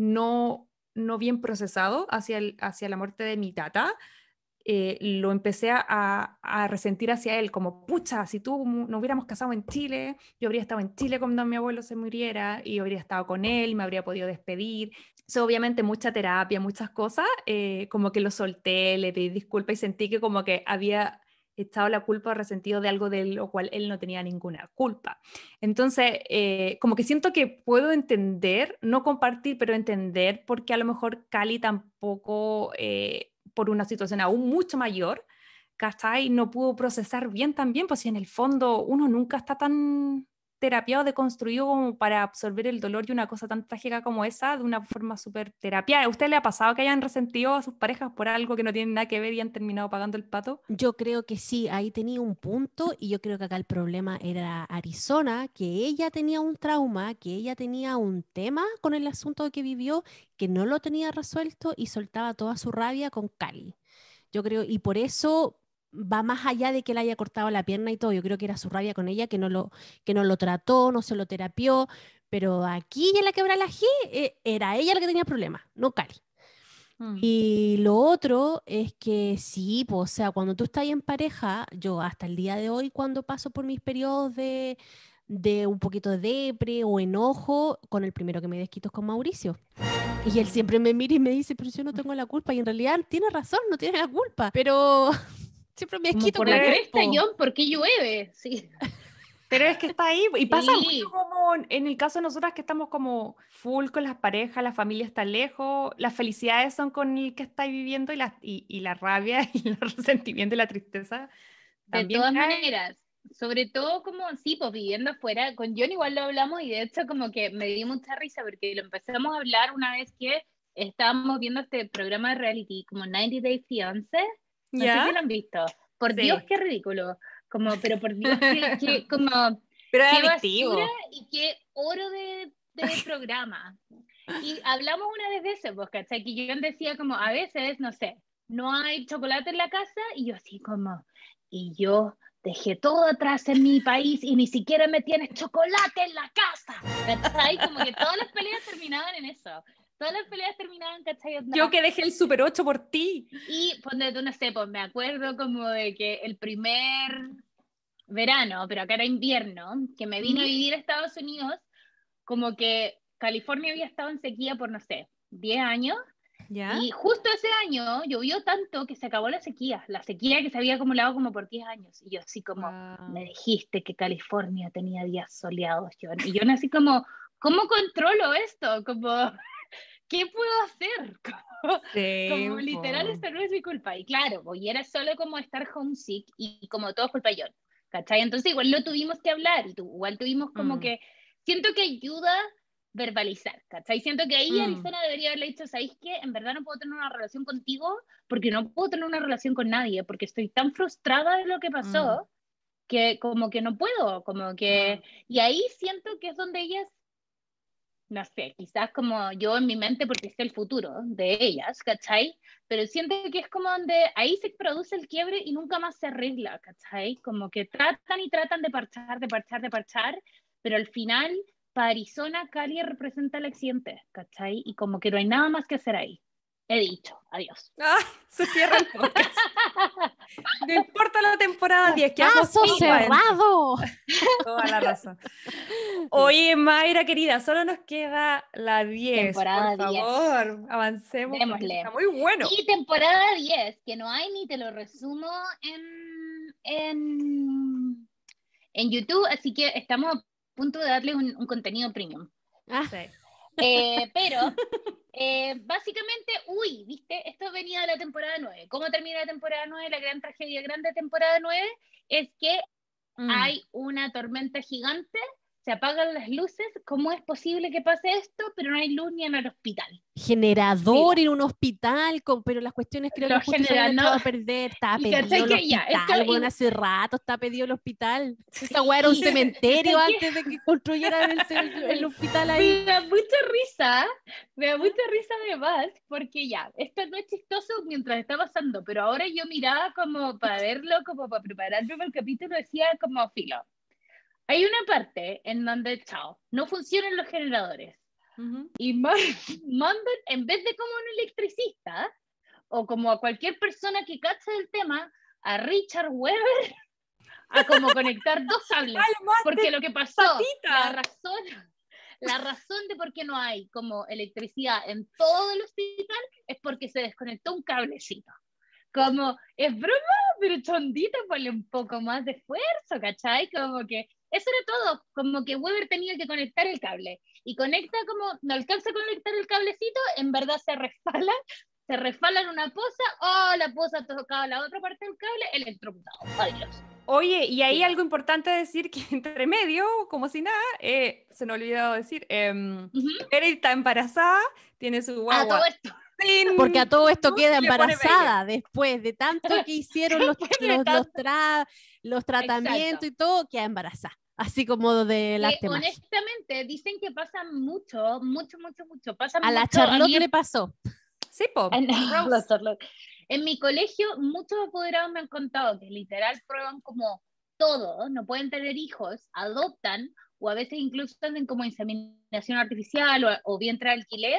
no no bien procesado hacia, el, hacia la muerte de mi tata, eh, lo empecé a, a, resentir hacia él, como, pucha, si tú no hubiéramos casado en Chile, yo habría estado en Chile cuando mi abuelo se muriera y habría estado con él, me habría podido despedir. So, obviamente mucha terapia, muchas cosas, eh, como que lo solté, le pedí disculpas y sentí que como que había echado la culpa o resentido de algo de lo cual él no tenía ninguna culpa. Entonces, eh, como que siento que puedo entender, no compartir, pero entender por qué a lo mejor Cali tampoco, eh, por una situación aún mucho mayor, ¿cachai? No pudo procesar bien también, pues si en el fondo uno nunca está tan terapiado, deconstruido como para absorber el dolor de una cosa tan trágica como esa de una forma súper terapiada. ¿A usted le ha pasado que hayan resentido a sus parejas por algo que no tiene nada que ver y han terminado pagando el pato? Yo creo que sí, ahí tenía un punto y yo creo que acá el problema era Arizona, que ella tenía un trauma, que ella tenía un tema con el asunto que vivió, que no lo tenía resuelto y soltaba toda su rabia con Cali. Yo creo, y por eso va más allá de que le haya cortado la pierna y todo, yo creo que era su rabia con ella, que no lo, que no lo trató, no se lo terapió, pero aquí en la quebra la G eh, era ella la que tenía problemas, no Cali. Mm, Y lo otro es que sí, pues, o sea, cuando tú estás en pareja, yo hasta el día de hoy, cuando paso por mis periodos de, de un poquito de depre o enojo, con el primero que me desquito es con Mauricio. Y él mm. siempre me mira y me dice, pero yo no tengo la culpa. Y en realidad tiene razón, no tiene la culpa. Pero siempre me Como desquito por con la él, cresta, po. John, ¿por qué llueve? Sí. Pero es que está ahí, y pasa Sí. mucho como en el caso de nosotras que estamos como full con las parejas, la familia está lejos, las felicidades son con el que estáis viviendo y la, y, y la rabia y el resentimiento y la tristeza De también todas caen. maneras, sobre todo como, sí, pues viviendo afuera, con John igual lo hablamos y de hecho como que me dio mucha risa porque lo empezamos a hablar una vez que estábamos viendo este programa de reality como ninety Day Fiancé, no sé ¿Ya? si lo han visto, por Sí. Dios qué ridículo, como, pero por Dios qué, qué, como, Pero es qué adictivo. basura y qué oro de, de programa. Y hablamos una vez de eso, pues, ¿cachai? Que John decía como, a veces, no sé, no hay chocolate en la casa y yo así como, y yo dejé todo atrás en mi país y ni siquiera me tienes chocolate en la casa, ¿cachai? Como que todas las peleas terminaban en eso. Todas las peleas terminaban, ¿cachai? Onda. Yo que dejé el Super ocho por ti. Y ponte tú, no sé, pues me acuerdo como de que el primer verano, pero acá era invierno, que me vine a vivir a Estados Unidos, como que California había estado en sequía por, no sé, diez años. ¿Ya? Y justo ese año llovió tanto que se acabó la sequía, la sequía que se había acumulado como por diez años. Y yo así como, Wow. me dijiste que California tenía días soleados, John. Y yo así como, ¿cómo controlo esto? Como, ¿qué puedo hacer? Como, Sí, como literal, po. esta no es mi culpa. Y claro, pues, y era solo como estar homesick y como todo es culpa de John, ¿cachai? Entonces igual lo tuvimos que hablar y tu, igual tuvimos como Mm. que, siento que ayuda verbalizar, ¿cachai? Siento que ahí Mm. Arizona debería haberle dicho, ¿sabéis qué? En verdad no puedo tener una relación contigo porque no puedo tener una relación con nadie, porque estoy tan frustrada de lo que pasó Mm. que como que no puedo, como que... Mm. Y ahí siento que es donde ellas, no sé, quizás como yo en mi mente porque es el futuro de ellas, ¿cachai? Pero siento que es como donde ahí se produce el quiebre y nunca más se arregla, ¿cachai? Como que tratan y tratan de parchar, de parchar, de parchar, pero al final para Arizona, Cali representa el accidente, ¿cachai? Y como que no hay nada más que hacer ahí. He dicho, adiós. Ay, se cierra el podcast. No importa la temporada diez, quedamos ¡Caso todos pa' dentro. cerrado! Toda la razón. Oye, Mayra querida, solo nos queda la diez. Temporada Por diez. favor, avancemos porque Démosle. está muy bueno. Y temporada diez, que no hay ni te lo resumo en, en, en YouTube, así que estamos a punto de darle un, un contenido premium. Ah, Sí. Eh, pero, eh, básicamente, uy, ¿viste? Esto venía de la temporada nueve. ¿Cómo termina la temporada nueve? La gran tragedia grande de temporada nueve es que Mm. hay una tormenta gigante, se apagan las luces. ¿Cómo es posible que pase esto? Pero no hay luz ni en el hospital. generador Mira. en un hospital, con, pero las cuestiones creo Lo que justo se genera, habían ¿no? echado a perder. Estaba Y pedido cachai el que ya, hospital, esto- bueno, y- hace rato está pedido el hospital. Esa weá era un Sí. cementerio ¿Sabes qué? antes de que construyeran el, ce- el hospital ahí. Me da mucha risa, me da mucha risa además, porque ya, esto no es chistoso mientras está pasando, pero ahora yo miraba como para verlo, como para prepararme para el capítulo, decía como filo. Hay una parte en donde, chao, no funcionan los generadores. Ujú. Y ma- mandan, en vez de como un electricista, o como a cualquier persona que cache el tema, a Richard Weber a como conectar dos cables. Algo más Porque de lo que pasó, patita. la razón, la razón de por qué no hay como electricidad en todo el hospital es porque se desconectó un cablecito. Como, es broma, pero chondita, ponle un poco más de esfuerzo, ¿cachai? Como que, eso era todo, como que Weber tenía que conectar el cable, y conecta como, no alcanza a conectar el cablecito, en verdad se resbala, se resbala en una poza, oh, la poza tocaba la otra parte del cable, electrocutado, adiós. Oye, y ahí Sí. algo importante decir que entre medio, como si nada, eh, se nos ha olvidado decir, eh, Ujú. Meryl está embarazada, tiene su Ah, guagua. todo esto. sin- Porque a todo esto queda y le pone embarazada después de tanto que hicieron los, Después de los, los, tanto. tra- los tratamientos y todo, queda embarazada. Así como del Que arte mágico. honestamente dicen que pasa mucho, mucho, mucho, mucho. Pasa A la mucho. Charlotte mí- le pasó. Sí, po. en, Rose. la Charlotte. En mi colegio, muchos apoderados me han contado que literal prueban como todo, no pueden tener hijos, adoptan, o a veces incluso hacen como inseminación artificial o, o vientre de alquiler,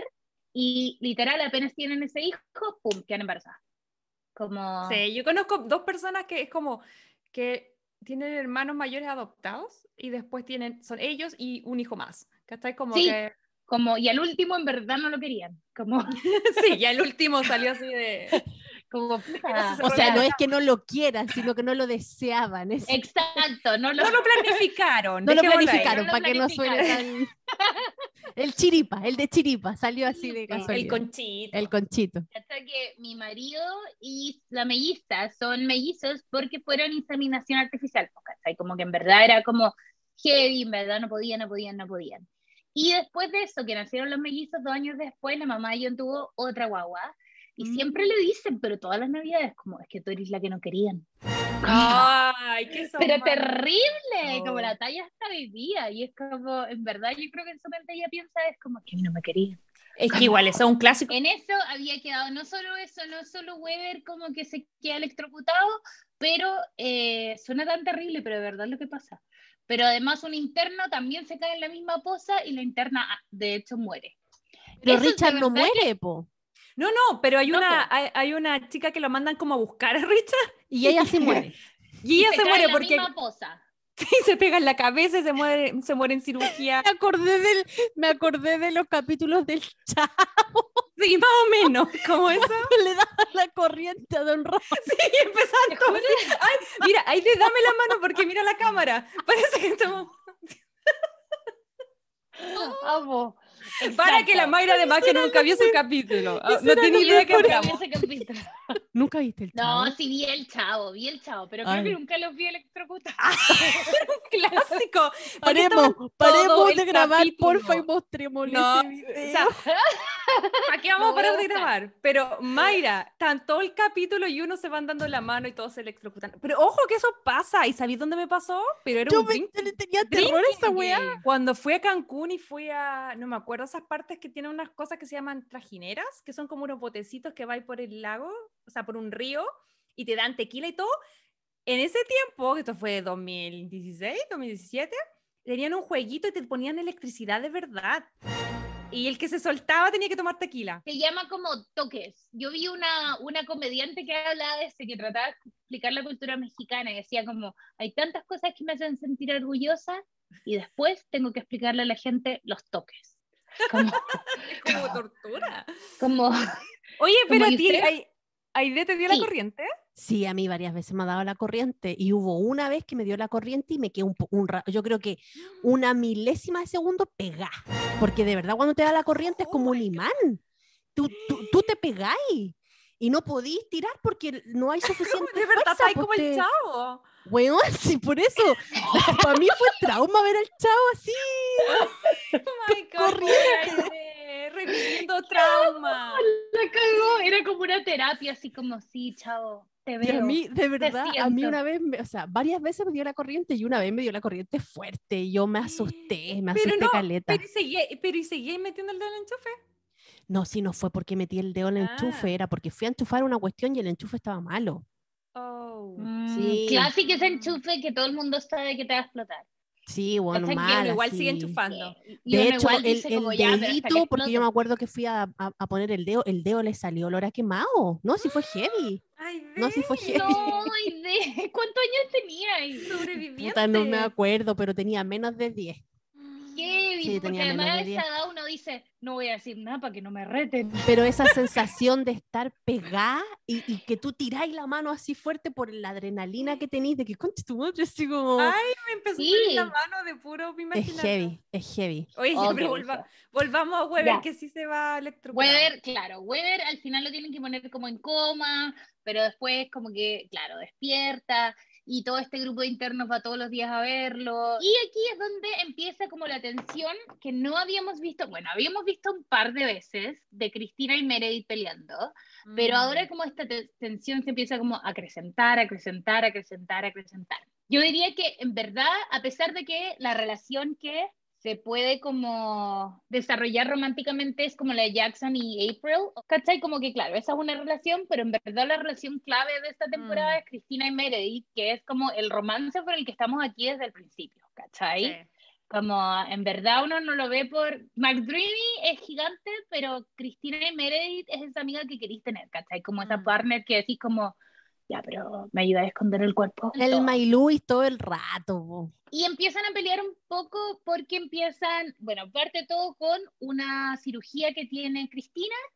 y literal apenas tienen ese hijo, pum, quedan embarazadas. Como... Sí, yo conozco dos personas que es como que tienen hermanos mayores adoptados y después tienen, son ellos y un hijo más. ¿Cachai? Como Sí, que. como, y al último en verdad no lo querían. Como... Sí, ya el último salió así de. Como, puta. O sea, no es que no lo quieran, sino que no lo deseaban. Es- Exacto, no lo, No lo planificaron. no lo dejémoslo ahí. planificaron No lo para que no suene tan... El chiripa, el de chiripa, salió así de Sí, casualidad. El conchito. El conchito. Hasta que mi marido y la melliza son mellizos porque fueron inseminación artificial, pues, ¿cachai? Como que en verdad era como heavy, en verdad no podían, no podían, no podían. Y después de eso, que nacieron los mellizos, dos años después, la mamá de John tuvo otra guagua. Y Mm. siempre le dicen, pero todas las navidades, como, es que tú eres la que no querían. Ay, qué son Pero malos. terrible, Oh. como la talla hasta vivía. Y es como, en verdad, yo creo que en su mente ella piensa, es como, que a mí no me querían. Es que igual, eso es un clásico. En eso había quedado no solo eso, no solo Weber como que se queda electrocutado, pero eh, suena tan terrible, pero de verdad es lo que pasa. Pero además un interno también se cae en la misma poza y la interna de hecho muere. Pero Eso es de Richard no verdad muere, po. No, no, pero hay No, una, po. hay, hay una chica que lo mandan como a buscar a Richard Y ella sí muere. y ella se se, cae muere en la porque misma poza. sí, se pega en la cabeza y se muere, se muere en cirugía. Me acordé, del, me acordé de los capítulos del Chavo. Sí, más o menos, como eso. Le daba la corriente a Don Ross. Sí, y empezaban todos así. Ay, mira, ahí le dame la mano porque mira la cámara. Parece que estamos... Amo. Para que la Mayra además que nunca vio su capítulo. Ah, No tiene idea que hablamos. ¿Nunca viste el Chavo? No, sí vi el Chavo, vi el Chavo, pero Ay. creo que nunca los vi electrocutados. Clásico. Porque Paremos, estaban todo paremos el de grabar, capítulo. porfa, y mostrémosle No, ese video. O sea, ¿para qué vamos Lo a voy a parar de buscar. grabar? Pero Mayra, tan todo el capítulo y uno se van dando la mano y todos se electrocutan. Pero ojo que eso pasa. ¿Y sabéis dónde me pasó? Pero era Yo un me, drink. yo le tenía terror a esa drinking weá. game. Cuando fui a Cancún y fui a, no me acuerdo, esas partes que tienen unas cosas que se llaman trajineras, que son como unos botecitos que vais por el lago, o sea, por un río, y te dan tequila y todo. En ese tiempo, esto fue dos mil dieciséis, dos mil diecisiete, tenían un jueguito y te ponían electricidad de verdad. Y el que se soltaba tenía que tomar tequila. Se llama como toques. Yo vi una, una comediante que hablaba de ese, que trataba de explicar la cultura mexicana y decía como, hay tantas cosas que me hacen sentir orgullosa y después tengo que explicarle a la gente los toques. Como, Es como tortura. como Oye, ¿Cómo pero a y ti, usted? Ai- Aide te dio Sí. la corriente. Sí, a mí varias veces me ha dado la corriente y hubo una vez que me dio la corriente y me quedé un, po- un rato, yo creo que una milésima de segundo pegá, porque de verdad cuando te da la corriente es Oh como un my imán, tú, tú, tú te pegáis y no podís tirar porque no hay suficiente De verdad, fuerza, está ahí pues como el te- chavo. Weón, sí, por eso, para mí fue trauma ver al chavo así. Oh my God, Corriente. Aide, reviviendo trauma. la cagó, era como una terapia, así como, sí, chao, te Y veo. a mí, de verdad, a mí siento. una vez, me- o sea, varias veces me dio la corriente y una vez me dio la corriente fuerte y yo me asusté, me Pero asusté no, caleta. pero y seguí, pero y seguí metiendo el dedo en el enchufe. No, sí, no fue porque metí el dedo en el Ah. enchufe, era porque fui a enchufar una cuestión y el enchufe estaba malo. Oh. Mm, Sí. Clásico ese enchufe que todo el mundo sabe que te va a explotar. Sí, bueno, ¿Cachai? Que mal. Uno igual así. sigue enchufando. Y De uno hecho, igual el, dice el como, ya, pero hasta que dedito, porque yo me explote. acuerdo que fui a, a- a poner el dedo, el dedo le salió olor a quemado. No, sí fue heavy. Ay, No, sí fue heavy. No, y de... ¿cuántos años tenía ahí? sobreviviente. Puta, no me acuerdo, pero tenía menos de diez. Heavy, Sí, porque tenía menos además de a diez. esa edad uno dice, no voy a decir nada para que no me reten. Pero esa sensación de estar pegada y, y que tú tiráis la mano así fuerte por la adrenalina que tenís, de que concha tu madre, así como... Ay, me empezó Sí. a doler la mano de puro me es imaginar. heavy, es heavy. Oye, Oh, pero qué volva- brillo. volvamos a Weber, Ya. que sí se va a electrocutar. Weber, claro, Weber al final lo tienen que poner como en coma, pero después como que, claro, despierta y todo este grupo de internos va todos los días a verlo. Y aquí es donde empieza como la tensión que no habíamos visto, bueno, habíamos visto un par de veces de Cristina y Meredith peleando, pero Mm. ahora como esta te- tensión se empieza como a acrecentar, acrecentar, acrecentar, acrecentar. Yo diría que en verdad, a pesar de que la relación que se puede como desarrollar románticamente es como la de Jackson y April, ¿cachai? Como que claro, esa es una relación, pero en verdad la relación clave de esta temporada Mm. es Cristina y Meredith, que es como el romance por el que estamos aquí desde el principio, ¿cachai? Sí. Como en verdad uno no lo ve por... McDreamy es gigante, pero Cristina y Meredith es esa amiga que querís tener, ¿cachai? Como esa Mm. partner que decís como, ya, pero me ayuda a esconder el cuerpo. El Todo. My Louis todo el rato. Po. Y empiezan a pelear un poco porque empiezan, bueno, parte todo con una cirugía que tiene Cristina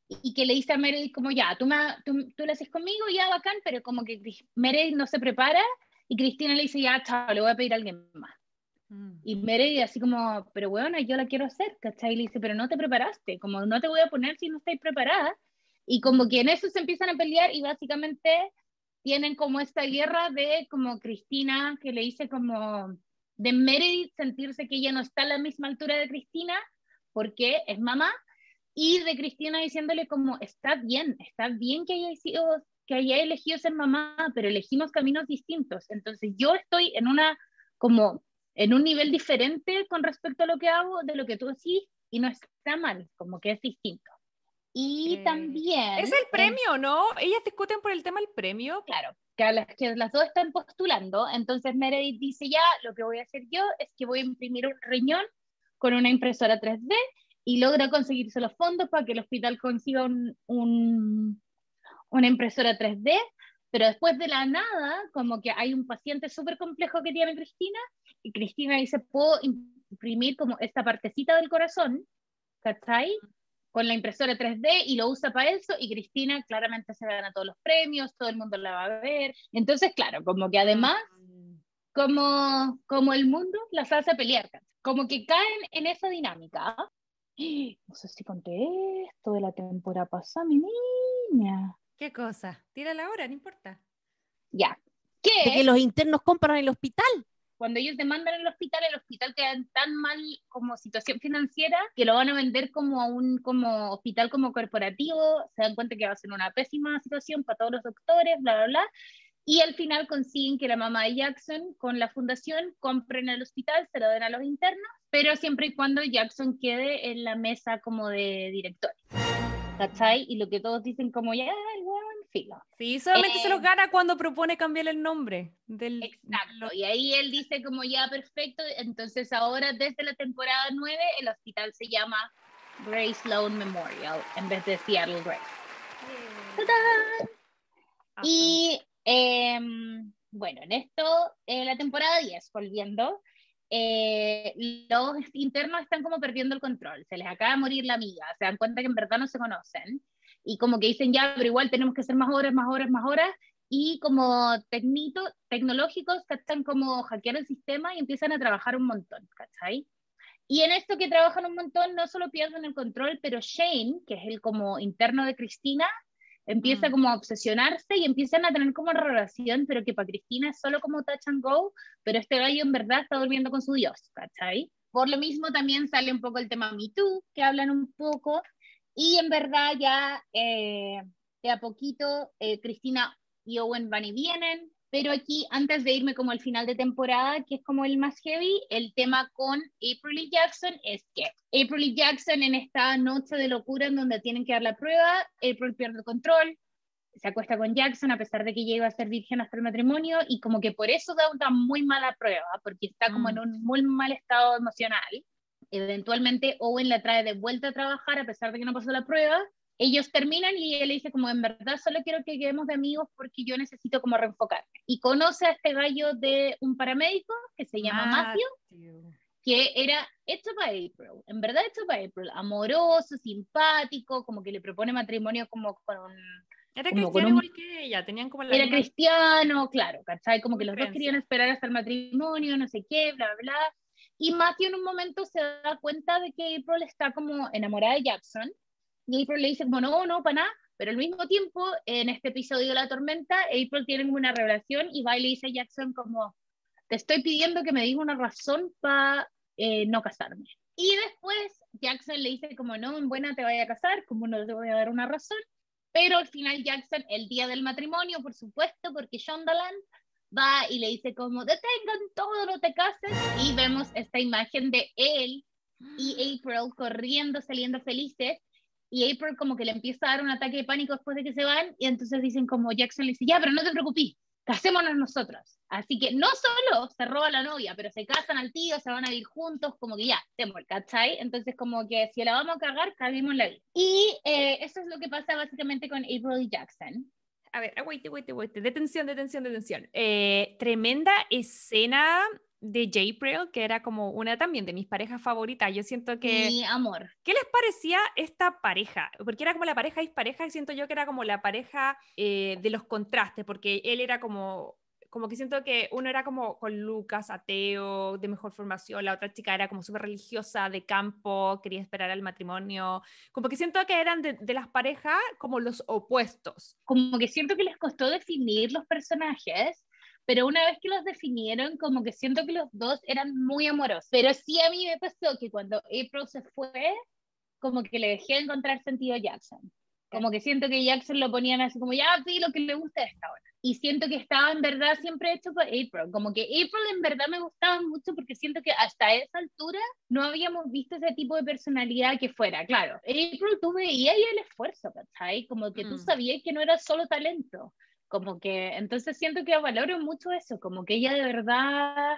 y que le dice a Meredith como ya, tú, me, tú, tú lo haces conmigo, ya bacán, pero como que Meredith no se prepara y Cristina le dice ya, chao, le voy a pedir a alguien más. Mm. Y Meredith así como, pero bueno, yo la quiero hacer, ¿cachai? Y le dice, pero no te preparaste, como no te voy a poner si no estáis preparada. Y como que en eso se empiezan a pelear y básicamente tienen como esta guerra de como Cristina que le dice como de Meredith sentirse que ella no está a la misma altura de Cristina porque es mamá, y de Cristina diciéndole como está bien, está bien que haya sido, que haya elegido ser mamá, pero elegimos caminos distintos, entonces yo estoy en una como en un nivel diferente con respecto a lo que hago de lo que tú decís y no está mal, como que es distinto. Y eh, también... Es el premio, eh, ¿no? Ellas discuten por el tema del premio. Claro, que, a las, que las dos están postulando. Entonces Meredith dice ya, lo que voy a hacer yo es que voy a imprimir un riñón con una impresora tres D y logra conseguirse los fondos para que el hospital consiga un, un, una impresora tres D. Pero después de la nada, como que hay un paciente súper complejo que tiene Cristina y Cristina dice, puedo imprimir como esta partecita del corazón, ¿cachai? Con la impresora tres D y lo usa para eso y Cristina claramente se gana todos los premios, todo el mundo la va a ver. Entonces, claro, como que además, como, como el mundo las hace pelear, como que caen en esa dinámica. No sé si conté esto de la temporada pasada, mi niña. ¿Qué cosa? Tírala ahora, no importa. Ya. ¿Qué? De que los internos compran el hospital. Cuando ellos demandan el hospital, el hospital queda en tan mal como situación financiera que lo van a vender como un como hospital como corporativo, se dan cuenta que va a ser una pésima situación para todos los doctores, bla, bla, bla, y al final consiguen que la mamá de Jackson con la fundación compren el hospital, se lo den a los internos, pero siempre y cuando Jackson quede en la mesa como de director, ¿cachai? Y lo que todos dicen como ya, igual, filo. Sí, solamente eh, se los gana cuando propone cambiar el nombre del... Exacto, y ahí él dice como ya, perfecto, entonces ahora desde la temporada nueve el hospital se llama Grace Sloan Memorial en vez de Seattle Grace. ¡Tadán! Awesome. Y eh, bueno, en esto, en la temporada diez, volviendo, eh, los internos están como perdiendo el control, se les acaba de morir la amiga, se dan cuenta que en verdad no se conocen, y como que dicen ya, pero igual tenemos que hacer más horas, más horas, más horas, y como tecnito, tecnológicos que están como hackear el sistema y empiezan a trabajar un montón, ¿cachai? Y en esto que trabajan un montón no solo pierden el control, pero Shane, que es el como interno de Cristina, empieza mm. como a obsesionarse y empiezan a tener como una relación, pero que para Cristina es solo como touch and go, pero este gallo en verdad está durmiendo con su dios, ¿cachai? Por lo mismo también sale un poco el tema Me Too, que hablan un poco, y en verdad ya eh, de a poquito eh, Cristina y Owen van y vienen, pero aquí antes de irme como al final de temporada, que es como el más heavy, el tema con April y Jackson es que April y Jackson en esta noche de locura en donde tienen que dar la prueba, April pierde el control, se acuesta con Jackson a pesar de que ella iba a ser virgen hasta el matrimonio y como que por eso da una muy mala prueba, porque está como mm. en un muy mal estado emocional. Eventualmente Owen la trae de vuelta a trabajar a pesar de que no pasó la prueba. Ellos terminan y ella le dice como en verdad solo quiero que quedemos de amigos porque yo necesito como reenfocarme. Y conoce a este gallo de un paramédico que se llama Matthew, Matthew que era hecho para April, en verdad hecho para April, amoroso, simpático, como que le propone matrimonio como con un... Era como cristiano con un, igual que ella, tenían como la Era misma... cristiano, claro, ¿cachai? Como que los creencia. dos querían esperar hasta el matrimonio, no sé qué, bla, bla. Y Matthew en un momento se da cuenta de que April está como enamorada de Jackson, y April le dice como no, no, para nada, pero al mismo tiempo, en este episodio de La Tormenta, April tiene una revelación y va y le dice a Jackson como, te estoy pidiendo que me diga una razón para eh, no casarme. Y después Jackson le dice como, no, en buena te vaya a casar, como no te voy a dar una razón, pero al final Jackson, el día del matrimonio, por supuesto, porque Shondaland va y le dice como, detengan todo, no te cases, y vemos esta imagen de él y April corriendo, saliendo felices, y April como que le empieza a dar un ataque de pánico después de que se van, y entonces dicen como Jackson le dice, ya, pero no te preocupes, casémonos nosotros. Así que no solo se roba la novia, pero se casan al tío, se van a vivir juntos, como que ya, temor, ¿cachai? Entonces como que si la vamos a cagar, caguemos la vida. Y eh, eso es lo que pasa básicamente con April y Jackson. A ver, aguante, aguante, aguante, detención, detención, detención. Eh, tremenda escena de J-April, que era como una también de mis parejas favoritas. Yo siento que... Mi amor. ¿Qué les parecía esta pareja? Porque era como la pareja dispareja y siento yo que era como la pareja eh, de los contrastes, porque él era como... Como que siento que uno era como con Lucas, ateo, de mejor formación, la otra chica era como súper religiosa, de campo, quería esperar al matrimonio. Como que siento que eran de, de las parejas como los opuestos. Como que siento que les costó definir los personajes, pero una vez que los definieron, como que siento que los dos eran muy amorosos. Pero sí a mí me pasó que cuando April se fue, como que le dejé de encontrar sentido a Jackson. Como que siento que Jackson lo ponían así como, ya, sí, lo que le gusta es esta hora. Y siento que estaba en verdad siempre hecho por April. Como que April en verdad me gustaba mucho porque siento que hasta esa altura no habíamos visto ese tipo de personalidad que fuera. Claro, April tú veías ahí el esfuerzo, ¿cachai? Como que tú Mm. sabías que no era solo talento. Como que, entonces siento que valoro mucho eso. Como que ella de verdad,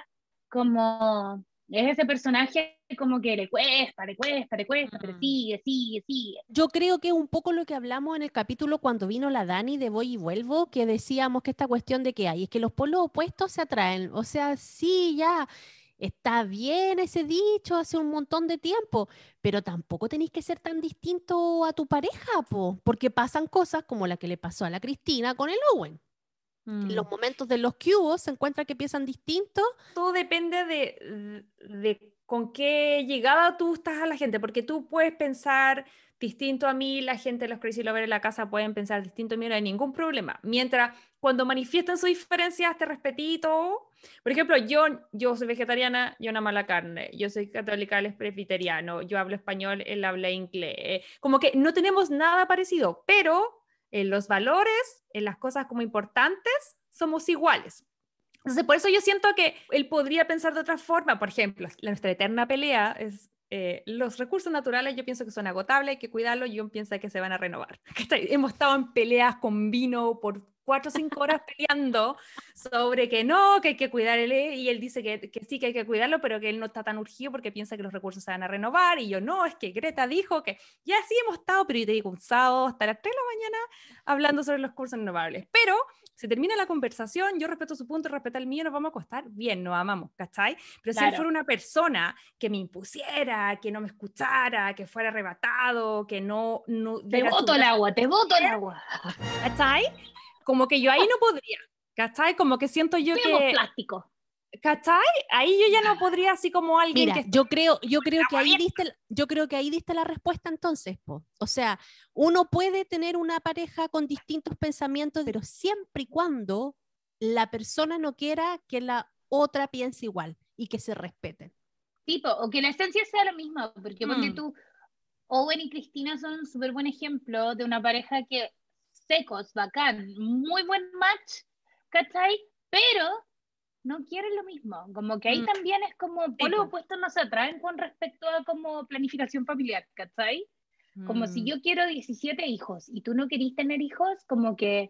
como... Es ese personaje como que le cuesta, le cuesta, le cuesta, pero Mm. sigue, sigue, sigue. Yo creo que es un poco lo que hablamos en el capítulo cuando vino la Dani de Voy y Vuelvo, que decíamos que esta cuestión de que hay, es que los polos opuestos se atraen. O sea, sí, ya está bien ese dicho hace un montón de tiempo, pero tampoco tenéis que ser tan distinto a tu pareja, po, porque pasan cosas como la que le pasó a la Cristina con el Owen. Mm. En los momentos de los cubos se encuentra que piensan distintos. Todo depende de, de con qué llegada tú estás a la gente, porque tú puedes pensar distinto a mí, la gente de los Crazy Lovers en la casa pueden pensar distinto a mí, no hay ningún problema. Mientras cuando manifiestan sus diferencias, te respetito. Por ejemplo, yo, yo soy vegetariana, yo no amo la carne, yo soy católica, él es presbiteriano, yo hablo español, él habla inglés. Como que no tenemos nada parecido, pero en los valores, en las cosas como importantes, somos iguales. Entonces, por eso yo siento que él podría pensar de otra forma. Por ejemplo, nuestra eterna pelea es eh, los recursos naturales. Yo pienso que son agotables, hay que cuidarlos. Yo pienso que se van a renovar. Hemos estado en peleas con vino por cuatro o cinco horas peleando sobre que no, que hay que cuidar el y él dice que, que sí, que hay que cuidarlo, pero que él no está tan urgido porque piensa que los recursos se van a renovar. Y yo, no, es que Greta dijo que ya sí hemos estado, pero yo te digo, un sábado hasta las tres de la mañana hablando sobre los recursos renovables. Pero se termina la conversación, yo respeto su punto, respeta el mío, nos vamos a acostar bien, nos amamos, ¿cachai? Pero Claro. si él fuera una persona que me impusiera, que no me escuchara, que fuera arrebatado, que no... no Te boto el agua, te boto el agua. ¿Cachai? Como que yo ahí no podría, ¿cachai? Como que siento yo Tenemos que... plástico. ¿Cachai? Ahí yo ya no podría así como alguien Mira, que... yo creo, yo creo que ahí diste, yo creo que ahí diste la respuesta entonces, po. O sea, uno puede tener una pareja con distintos pensamientos, pero siempre y cuando la persona no quiera que la otra piense igual y que se respeten. Tipo, o que la esencia sea la misma, porque Mm. ponte tú, Owen y Cristina son un súper buen ejemplo de una pareja que secos, bacán, muy buen match, ¿cachai? Pero no quieren lo mismo, como que ahí Mm. también es como Sí, polos po. opuestos no se atraen con respecto a como planificación familiar, ¿cachai? Como si Mm. yo quiero diecisiete hijos y tú no querís tener hijos, como que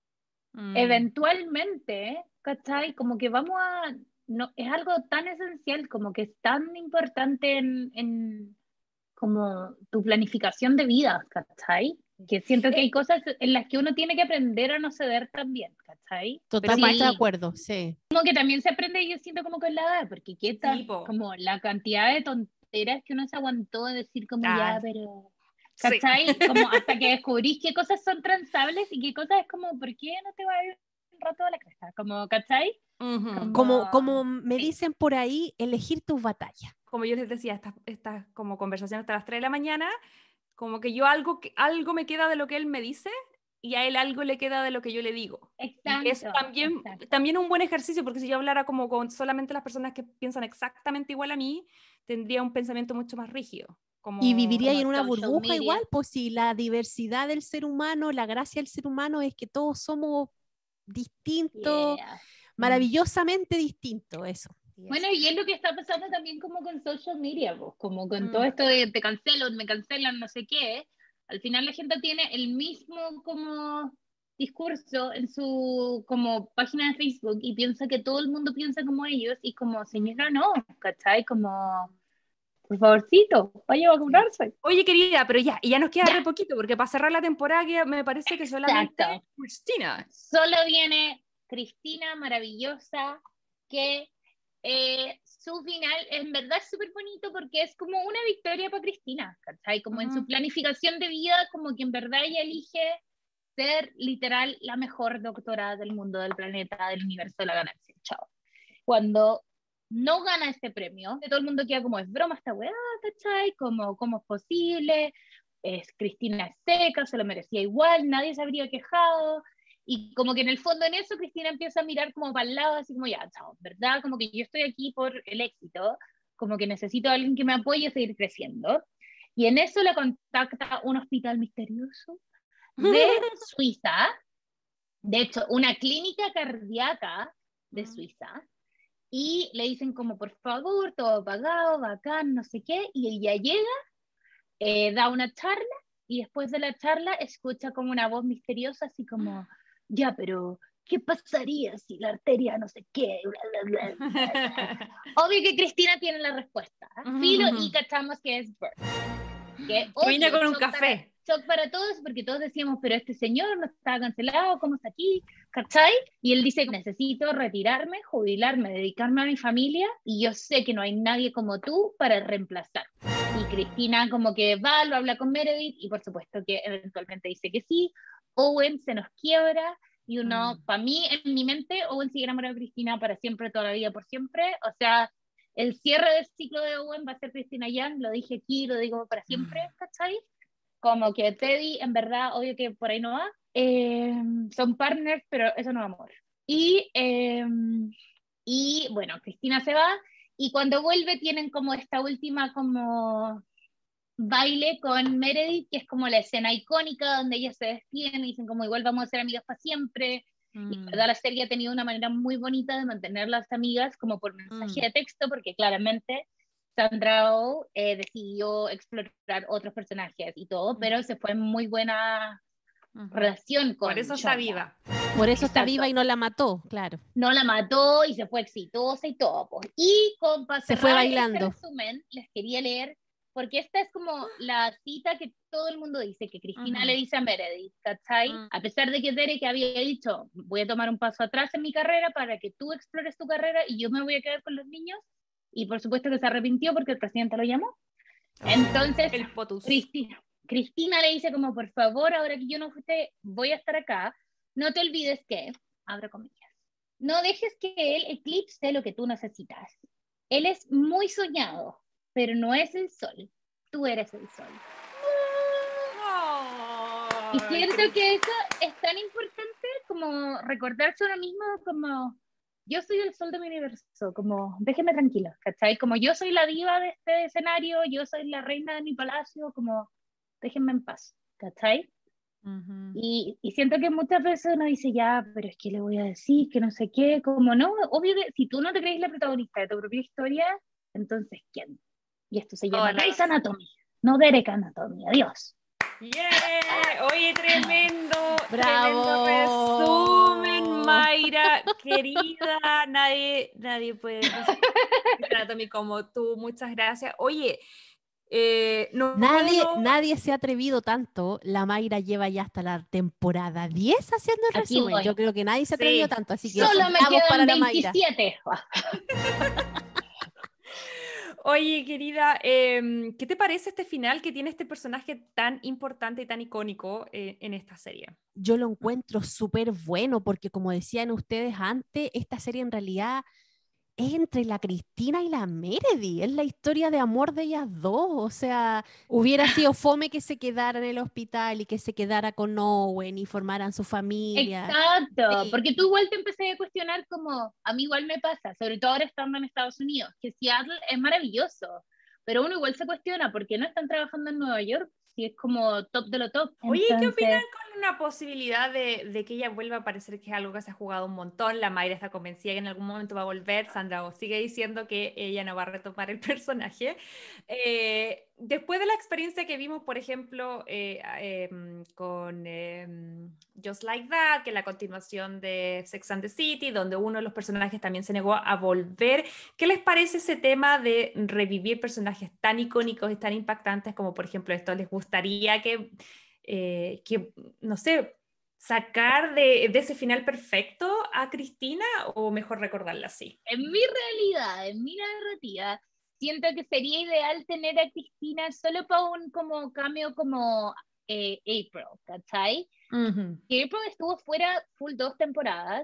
Mm. eventualmente, ¿cachai? Como que vamos a... No, es algo tan esencial, como que es tan importante en, en como tu planificación de vida, ¿cachai? Que siento que hay cosas en las que uno tiene que aprender a no ceder también, ¿cachai? Totalmente sí, de acuerdo, sí. como que también se aprende, yo siento como con la edad, porque qué tal, Sí, po. como la cantidad de tonteras que uno se aguantó de decir como Ah, ya, pero... sí. ¿Cachai? Como hasta que descubrís qué cosas son transables y qué cosas es como, ¿por qué no te va a ir un rato a la cresta? Como, ¿cachai? Ujú. Como- Como, como me sí. dicen por ahí, elegir tus batallas. Como yo les decía, estas estas como conversaciones hasta las tres de la mañana, como que yo algo, que- algo me queda de lo que él me dice y a él algo le queda de lo que yo le digo. Exacto, Y es también, exacto. también un buen ejercicio, porque si yo hablara como con solamente las personas que piensan exactamente igual a mí, tendría un pensamiento mucho más rígido. Como... Y viviría Como en una social burbuja media. igual, pues si la diversidad del ser humano, la gracia del ser humano es que todos somos distintos, Yeah. maravillosamente distintos, eso. Bueno, y es lo que está pasando también como con social media, pues, como con Mm. todo esto de te cancelo, me cancelan, no sé qué. Al final la gente tiene el mismo como discurso en su como página de Facebook y piensa que todo el mundo piensa como ellos y como, señora, no, ¿cachai? Como, por favorcito, vaya a vacunarse. Oye, querida, pero ya, y ya nos queda Ya. re poquito, porque para cerrar la temporada que me parece que solamente Exacto. Cristina. Solo viene Cristina maravillosa que eh, su final en verdad es súper bonito porque es como una victoria para Cristina, ¿cachai? Como uh-huh. en su planificación de vida, como que en verdad ella elige ser literal la mejor doctora del mundo, del planeta, del universo, de la galaxia, chao. Cuando no gana este premio, todo el mundo queda como, es broma esta weá, ¿cachai? Como, ¿cómo es posible? Es, Cristina es seca, se lo merecía igual, nadie se habría quejado, y como que en el fondo en eso Cristina empieza a mirar como para el lado, así como ya, chao, ¿verdad? Como que yo estoy aquí por el éxito, como que necesito a alguien que me apoye a seguir creciendo, y en eso la contacta un hospital misterioso de Suiza, de hecho, una clínica cardíaca de Suiza, y le dicen como, por favor, todo pagado, bacán, no sé qué, y ella llega, eh, da una charla, y después de la charla escucha como una voz misteriosa, así como, ya, pero, ¿qué pasaría si la arteria no sé qué? Bla, bla, bla, bla. Obvio que Cristina tiene la respuesta, ¿eh? Filo, y cachamos que es Bert. Que, que viene con un shock café. Para, shock para todos, porque todos decíamos, pero este señor no está cancelado, ¿cómo está aquí? ¿Cachai? Y él dice, necesito retirarme, jubilarme, dedicarme a mi familia, y yo sé que no hay nadie como tú para reemplazar. Y Cristina como que va, lo habla con Meredith, y por supuesto que eventualmente dice que sí. Owen se nos quiebra, y uno, mm. para mí, en mi mente, Owen sigue enamorado de Cristina para siempre, toda la vida, por siempre. O sea, el cierre del ciclo de Owen va a ser Cristina Young, lo dije aquí, lo digo para siempre, ¿cachai? Como que Teddy, en verdad, obvio que por ahí no va. Eh, son partners, pero eso no es amor. Y, eh, y bueno, Cristina se va, y cuando vuelve tienen como esta última como baile con Meredith, que es como la escena icónica donde ellas se despiden y dicen como igual vamos a ser amigas para siempre. Mm. Y en verdad la serie ha tenido una manera muy bonita de mantener las amigas como por mensaje mm. de texto, porque claramente Sandra Oh eh, decidió explorar otros personajes y todo, mm. pero se fue en muy buena uh-huh. relación con Por eso Shonda. Está viva. Por eso Exacto. Está viva y no la mató, claro. No la mató y se fue exitosa y todo. Pues. Y con para se fue bailando. Este resumen, les quería leer, porque esta es como la cita que todo el mundo dice, que Cristina uh-huh. le dice a Meredith, ¿cachai? Uh-huh. A pesar de que Derek había dicho, voy a tomar un paso atrás en mi carrera para que tú explores tu carrera y yo me voy a quedar con los niños, y por supuesto que se arrepintió porque el presidente lo llamó. Entonces, el potus. Cristina, Cristina le dice como, por favor, ahora que yo no fuiste, voy a estar acá, no te olvides que, abro comillas, no dejes que él eclipse lo que tú necesitas. Él es muy soñado, pero no es el sol. Tú eres el sol. Oh, y siento que eso es tan importante como recordarse a uno mismo como yo soy el sol de mi universo, como déjenme tranquila, ¿cachai? Como yo soy la diva de este escenario, yo soy la reina de mi palacio, como déjenme en paz, ¿cachai? Uh-huh. Y, y siento que muchas veces uno dice, ya, pero es que le voy a decir que no sé qué, como no, obvio que si tú no te crees la protagonista de tu propia historia, entonces ¿quién? Y esto se llama Grey's Anatomy, no Derek Anatomy, adiós. Yeah, oye, tremendo, Bravo. Tremendo resumen, Mayra, querida, nadie, nadie puede Anatomy como tú, muchas gracias. Oye, Eh, no, nadie, no. nadie se ha atrevido tanto. La Mayra lleva ya hasta la temporada diez haciendo el Aquí resumen. voy. Yo creo que nadie se ha atrevido sí. tanto, así que solo me quedan para veintisiete. Oye, querida, eh, ¿qué te parece este final que tiene este personaje tan importante y tan icónico eh, en esta serie? Yo lo encuentro súper bueno porque, como decían ustedes antes, esta serie en realidad es entre la Cristina y la Meredith, es la historia de amor de ellas dos, o sea, hubiera sido fome que se quedara en el hospital y que se quedara con Owen y formaran su familia. Exacto, sí. Porque tú igual te empecé a cuestionar como, a mí igual me pasa, sobre todo ahora estando en Estados Unidos, que Seattle es maravilloso, pero uno igual se cuestiona por qué no están trabajando en Nueva York, si es como top de lo top. Oye, Entonces... ¿qué opinan con una posibilidad de, de que ella vuelva a parecer que es algo que se ha jugado un montón? La Mayra está convencida que en algún momento va a volver, Sandra Oh sigue diciendo que ella no va a retomar el personaje. Eh, después de la experiencia que vimos, por ejemplo, eh, eh, con eh, Just Like That, que es la continuación de Sex and the City, donde uno de los personajes también se negó a volver, ¿qué les parece ese tema de revivir personajes tan icónicos y tan impactantes como, por ejemplo, esto? ¿Les gustaría que, eh, que no sé, sacar de, de ese final perfecto a Cristina o mejor recordarla así? En mi realidad, en mi narrativa, siento que sería ideal tener a Cristina solo para un como cameo como eh, April, ¿cachai? Uh-huh. Que April estuvo fuera full dos temporadas,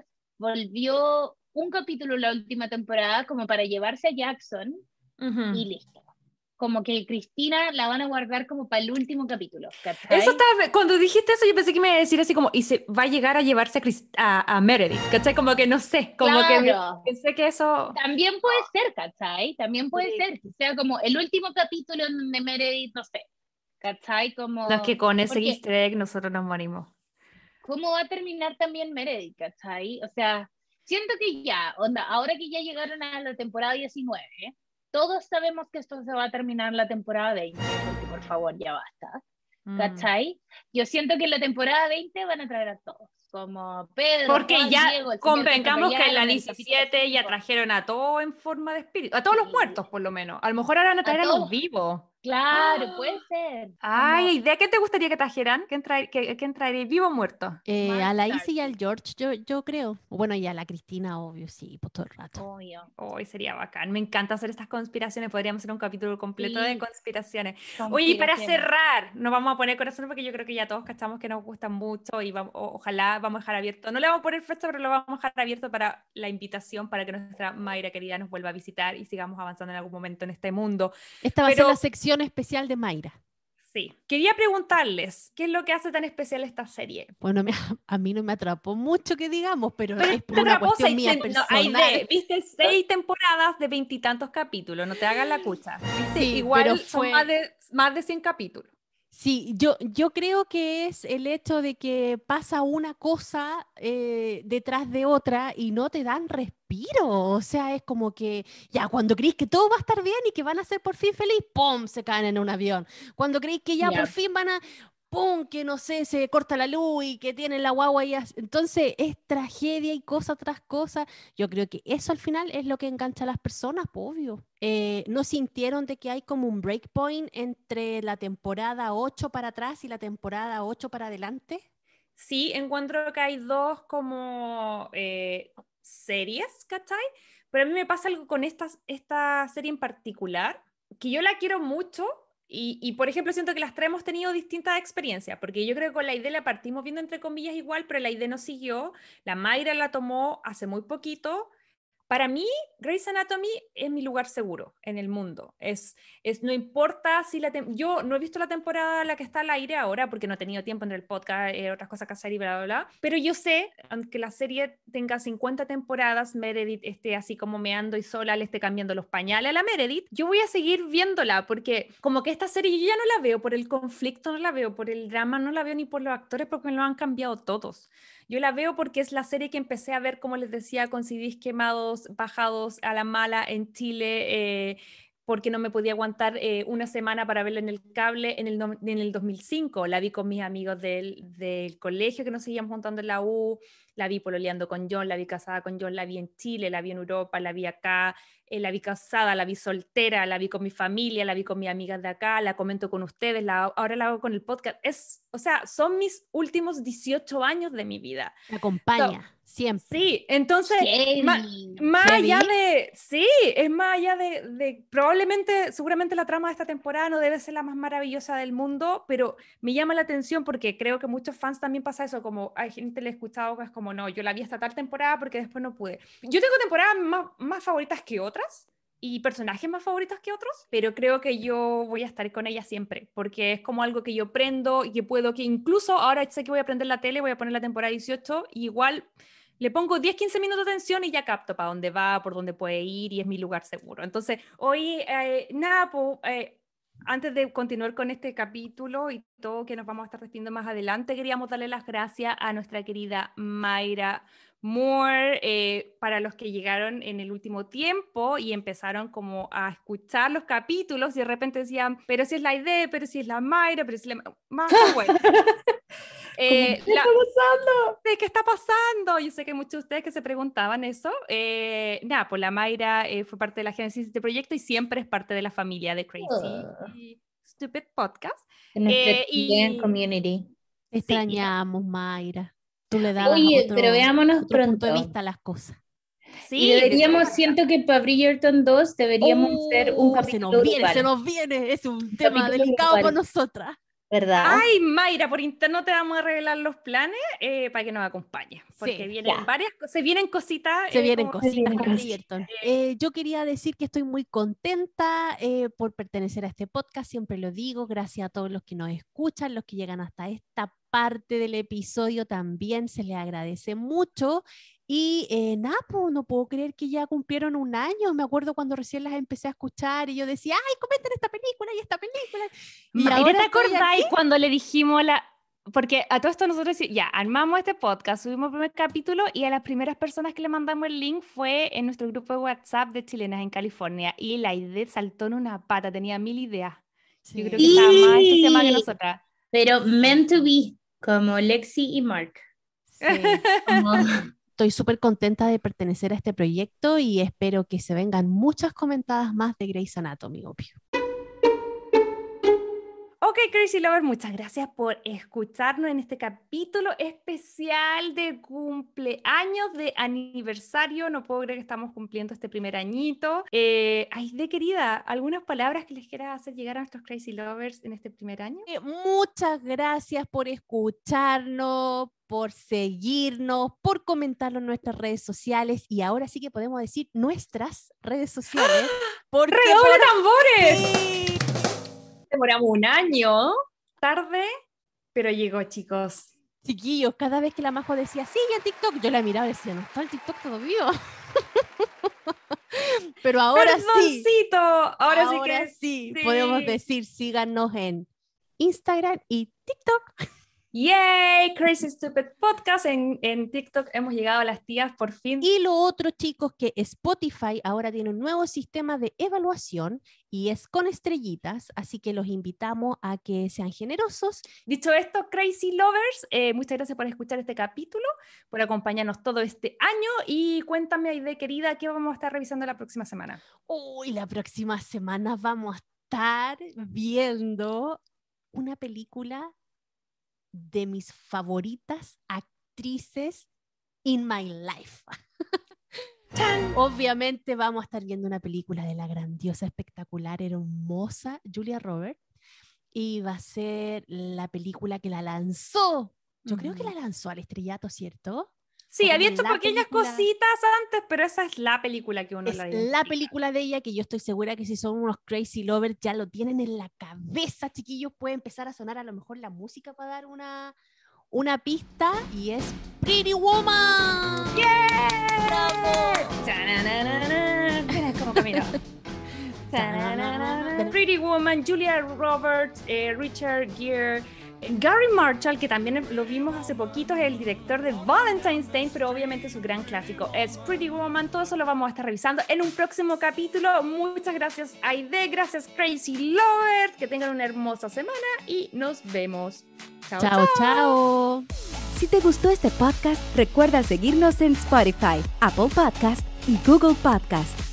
volvió un capítulo la última temporada como para llevarse a Jackson Uh-huh. y listo. Como que Cristina la van a guardar como para el último capítulo, ¿cachai? Eso estaba, cuando dijiste eso yo pensé que me iba a decir así como, y se va a llegar a llevarse a, Chris, a, a Meredith, ¿cachai? Como que no sé, como claro. que me, pensé que eso... También puede ser, ¿cachai? También puede Sí. ser, que sea como el último capítulo en donde Meredith, no sé, ¿cachai? Como... No, es que con ese porque, easter egg nosotros nos morimos. ¿cómo va a terminar también Meredith, ¿cachai? O sea, siento que ya, onda, ahora que ya llegaron a la temporada diecinueve, todos sabemos que esto se va a terminar en la temporada veinte, porque por favor ya basta, ¿cachai? Mm. Yo siento que en la temporada veinte van a traer a todos, como Pedro, Porque Juan, ya Diego, el convengamos que en la el diecisiete ya trajeron a todos en forma de espíritu, a todos sí. los muertos por lo menos. A lo mejor ahora van a traer a, a los vivos. Claro, ¡Ah! puede ser. Ay, como... ¿idea qué te gustaría que trajeran? ¿Quién, trae, que, ¿quién traería? ¿Vivo o muerto? Eh, a la Izzy y al George, yo, yo creo. Bueno, y a la Cristina, obvio, sí, por todo el rato. Obvio. Hoy oh, sería bacán. Me encanta hacer estas conspiraciones. Podríamos hacer un capítulo completo sí. de conspiraciones. conspiraciones. Oye, y para cerrar, nos vamos a poner corazones porque yo creo que ya todos cachamos que nos gustan mucho y vamos, o, ojalá vamos a dejar abierto. No le vamos a poner fecha, pero lo vamos a dejar abierto para la invitación para que nuestra Mayra querida nos vuelva a visitar y sigamos avanzando en algún momento en este mundo. Esta va pero... a ser la sección especial de Mayra. Sí. Quería preguntarles, ¿qué es lo que hace tan especial esta serie? Bueno, me, a mí no me atrapó mucho que digamos, pero, pero es por te una atrapó cuestión seis, mía no, personal. hay de, viste seis temporadas de veintitantos capítulos, no te hagas la cucha. ¿Viste? Sí, igual pero son fue... más de, más de cien capítulos. Sí, yo, yo creo que es el hecho de que pasa una cosa eh, detrás de otra y no te dan respiro. O sea, es como que ya cuando creéis que todo va a estar bien y que van a ser por fin feliz, ¡pum!, se caen en un avión. Cuando creéis que ya yep. por fin van a... ¡pum!, que no sé, se corta la luz y que tienen la guagua y así. Entonces es tragedia y cosa tras cosa. Yo creo que eso al final es lo que engancha a las personas, pues, obvio. Eh, ¿No sintieron de que hay como un breakpoint entre la temporada ocho para atrás y la temporada ocho para adelante? Sí, encuentro que hay dos como eh, series, ¿cachai? Pero a mí me pasa algo con esta, esta serie en particular, que yo la quiero mucho. Y, y, por ejemplo, siento que las tres hemos tenido distintas experiencias, porque yo creo que con la idea la partimos viendo entre comillas igual, pero la idea no siguió. La Mayra la tomó hace muy poquito. Para mí, Grey's Anatomy es mi lugar seguro en el mundo. Es, es, no importa si la... Yo no he visto la temporada la que está al aire ahora porque no he tenido tiempo entre el podcast, eh, otras cosas que hacer y bla, bla, bla. Pero yo sé, aunque la serie tenga cincuenta temporadas, Meredith esté así como meando y sola, le esté cambiando los pañales a la Meredith, yo voy a seguir viéndola porque como que esta serie yo ya no la veo por el conflicto, no la veo por el drama, no la veo ni por los actores porque me lo han cambiado todos. Yo la veo porque es la serie que empecé a ver, como les decía, con C Ds quemados, bajados a la mala en Chile, eh, porque no me podía aguantar eh, una semana para verla en el cable en el, no, en el dos mil cinco. La vi con mis amigos del, del colegio que nos seguíamos juntando en la U, la vi pololeando con John, la vi casada con John, la vi en Chile, la vi en Europa, la vi acá, eh, la vi casada, la vi soltera, la vi con mi familia, la vi con mis amigas de acá, la comento con ustedes, la, ahora la hago con el podcast. Es, o sea, son mis últimos dieciocho años de mi vida. Me acompaña, so, siempre. Sí, entonces, más, más allá de, sí, es más allá de, de, probablemente, seguramente la trama de esta temporada no debe ser la más maravillosa del mundo, pero me llama la atención porque creo que muchos fans también pasa eso, como hay gente le he escuchado que es como, no, yo la vi hasta tal temporada porque después no pude. Yo tengo temporadas más, más favoritas que otras y personajes más favoritos que otros, pero creo que yo voy a estar con ella siempre, porque es como algo que yo prendo y que puedo, que incluso ahora sé que voy a prender la tele, voy a poner la temporada dieciocho y igual le pongo diez, quince minutos de atención y ya capto para dónde va, por dónde puede ir y es mi lugar seguro. Entonces, hoy, eh, nada, pues, eh, antes de continuar con este capítulo y todo que nos vamos a estar despidiendo más adelante, queríamos darle las gracias a nuestra querida Mayra Moore, eh, para los que llegaron en el último tiempo y empezaron como a escuchar los capítulos y de repente decían, pero si es la idea, pero si es la Mayra, pero si es la... Más bueno. Eh, ¿Qué la... está pasando? ¿Qué está pasando? Yo sé que muchos de ustedes que se preguntaban eso. Eh, nada, pues la Mayra eh, fue parte de la génesis de este proyecto y siempre es parte de la familia de Crazy Oh. y Stupid Podcast. En nuestra eh, y... community. Te extrañamos, sí, Mayra. tú le dabas Oye, otro, pero veámonos otro punto de pronto. vista a las cosas. Sí, Y deberíamos, de- siento que para Bridgerton dos deberíamos hacer un Oh, se capítulo nos viene, grupal. se nos viene. Es un tema capítulo delicado grupal. para nosotras. ¿Verdad? Ay, Mayra, por interno te vamos a revelar los planes eh, para que nos acompañes, porque Sí, vienen ya. varias, co- se vienen cositas. Se eh, vienen como- cositas vienen con cositas. Bridgerton. Eh, yo quería decir que estoy muy contenta eh, por pertenecer a este podcast, siempre lo digo, gracias a todos los que nos escuchan, los que llegan hasta esta parte del episodio también, se les agradece mucho. Y eh, nada, pues no puedo creer que ya cumplieron un año. Me acuerdo cuando recién las empecé a escuchar y yo decía, ay, comenten esta película y esta película. Y Mayra, ahora ¿te estoy acordáis aquí. cuando le dijimos la... Porque a todo esto nosotros ya armamos este podcast, subimos el primer capítulo y a las primeras personas que le mandamos el link fue en nuestro grupo de WhatsApp de chilenas en California y la idea saltó en una pata, tenía mil ideas. Yo creo que Sí. estaba más entusiasmada que nosotras. Pero meant to be, como Lexi y Mark. Sí. Como... Estoy súper contenta de pertenecer a este proyecto y espero que se vengan muchas comentadas más de Grey's Anatomy, obvio. Ok, Crazy Lover, muchas gracias por escucharnos en este capítulo especial de cumpleaños, de aniversario. No puedo creer que estamos cumpliendo este primer añito. Eh, ay, de querida, ¿algunas palabras que les quieras hacer llegar a nuestros Crazy Lovers en este primer año? Eh, muchas gracias por escucharnos, por seguirnos, por comentarlo en nuestras redes sociales y ahora sí que podemos decir nuestras redes sociales. Porque ¡Redoble tambores! Sí. Demoramos un año tarde, pero llegó, chicos. Chiquillos, cada vez que la Majo decía, sí, en TikTok, yo la miraba y decía, no está el TikTok todavía. Pero ahora sí. Perdoncito, ahora, Ahora sí que sí, sí. podemos decir, síganos en Instagram y TikTok. ¡Yay! Crazy Stupid Podcast. En, en TikTok hemos llegado a las tías por fin. Y lo otro, chicos, que Spotify ahora tiene un nuevo sistema de evaluación y es con estrellitas, así que los invitamos a que sean generosos. Dicho esto, Crazy Lovers, eh, muchas gracias por escuchar este capítulo, por acompañarnos todo este año y cuéntame, Aide, querida, ¿qué vamos a estar revisando la próxima semana? Uy, la próxima semana vamos a estar viendo una película de mis favoritas actrices in my life. Obviamente vamos a estar viendo una película de la grandiosa, espectacular, hermosa Julia Roberts y va a ser la película que la lanzó. Yo uh-huh. creo que la lanzó al estrellato, ¿cierto? Sí, había hecho pequeñas película... cositas antes, pero esa es la película que uno es la la película de ella que yo estoy segura que si son unos crazy lovers ya lo tienen en la cabeza, chiquillos. Puede empezar a sonar a lo mejor la música para dar una, una pista y es Pretty Woman. ¡Yeah! ¡Bravo! Mira cómo camina. Pretty Woman, Julia Roberts, eh, Richard Gere, Gary Marshall, que también lo vimos hace poquito, es el director de Valentine's Day, pero obviamente su gran clásico es Pretty Woman. Todo eso lo vamos a estar revisando en un próximo capítulo. Muchas gracias, Aide, gracias, Crazy Lovers, que tengan una hermosa semana y nos vemos. Chao, chao, chao. Si te gustó este podcast, recuerda seguirnos en Spotify, Apple Podcast y Google Podcast.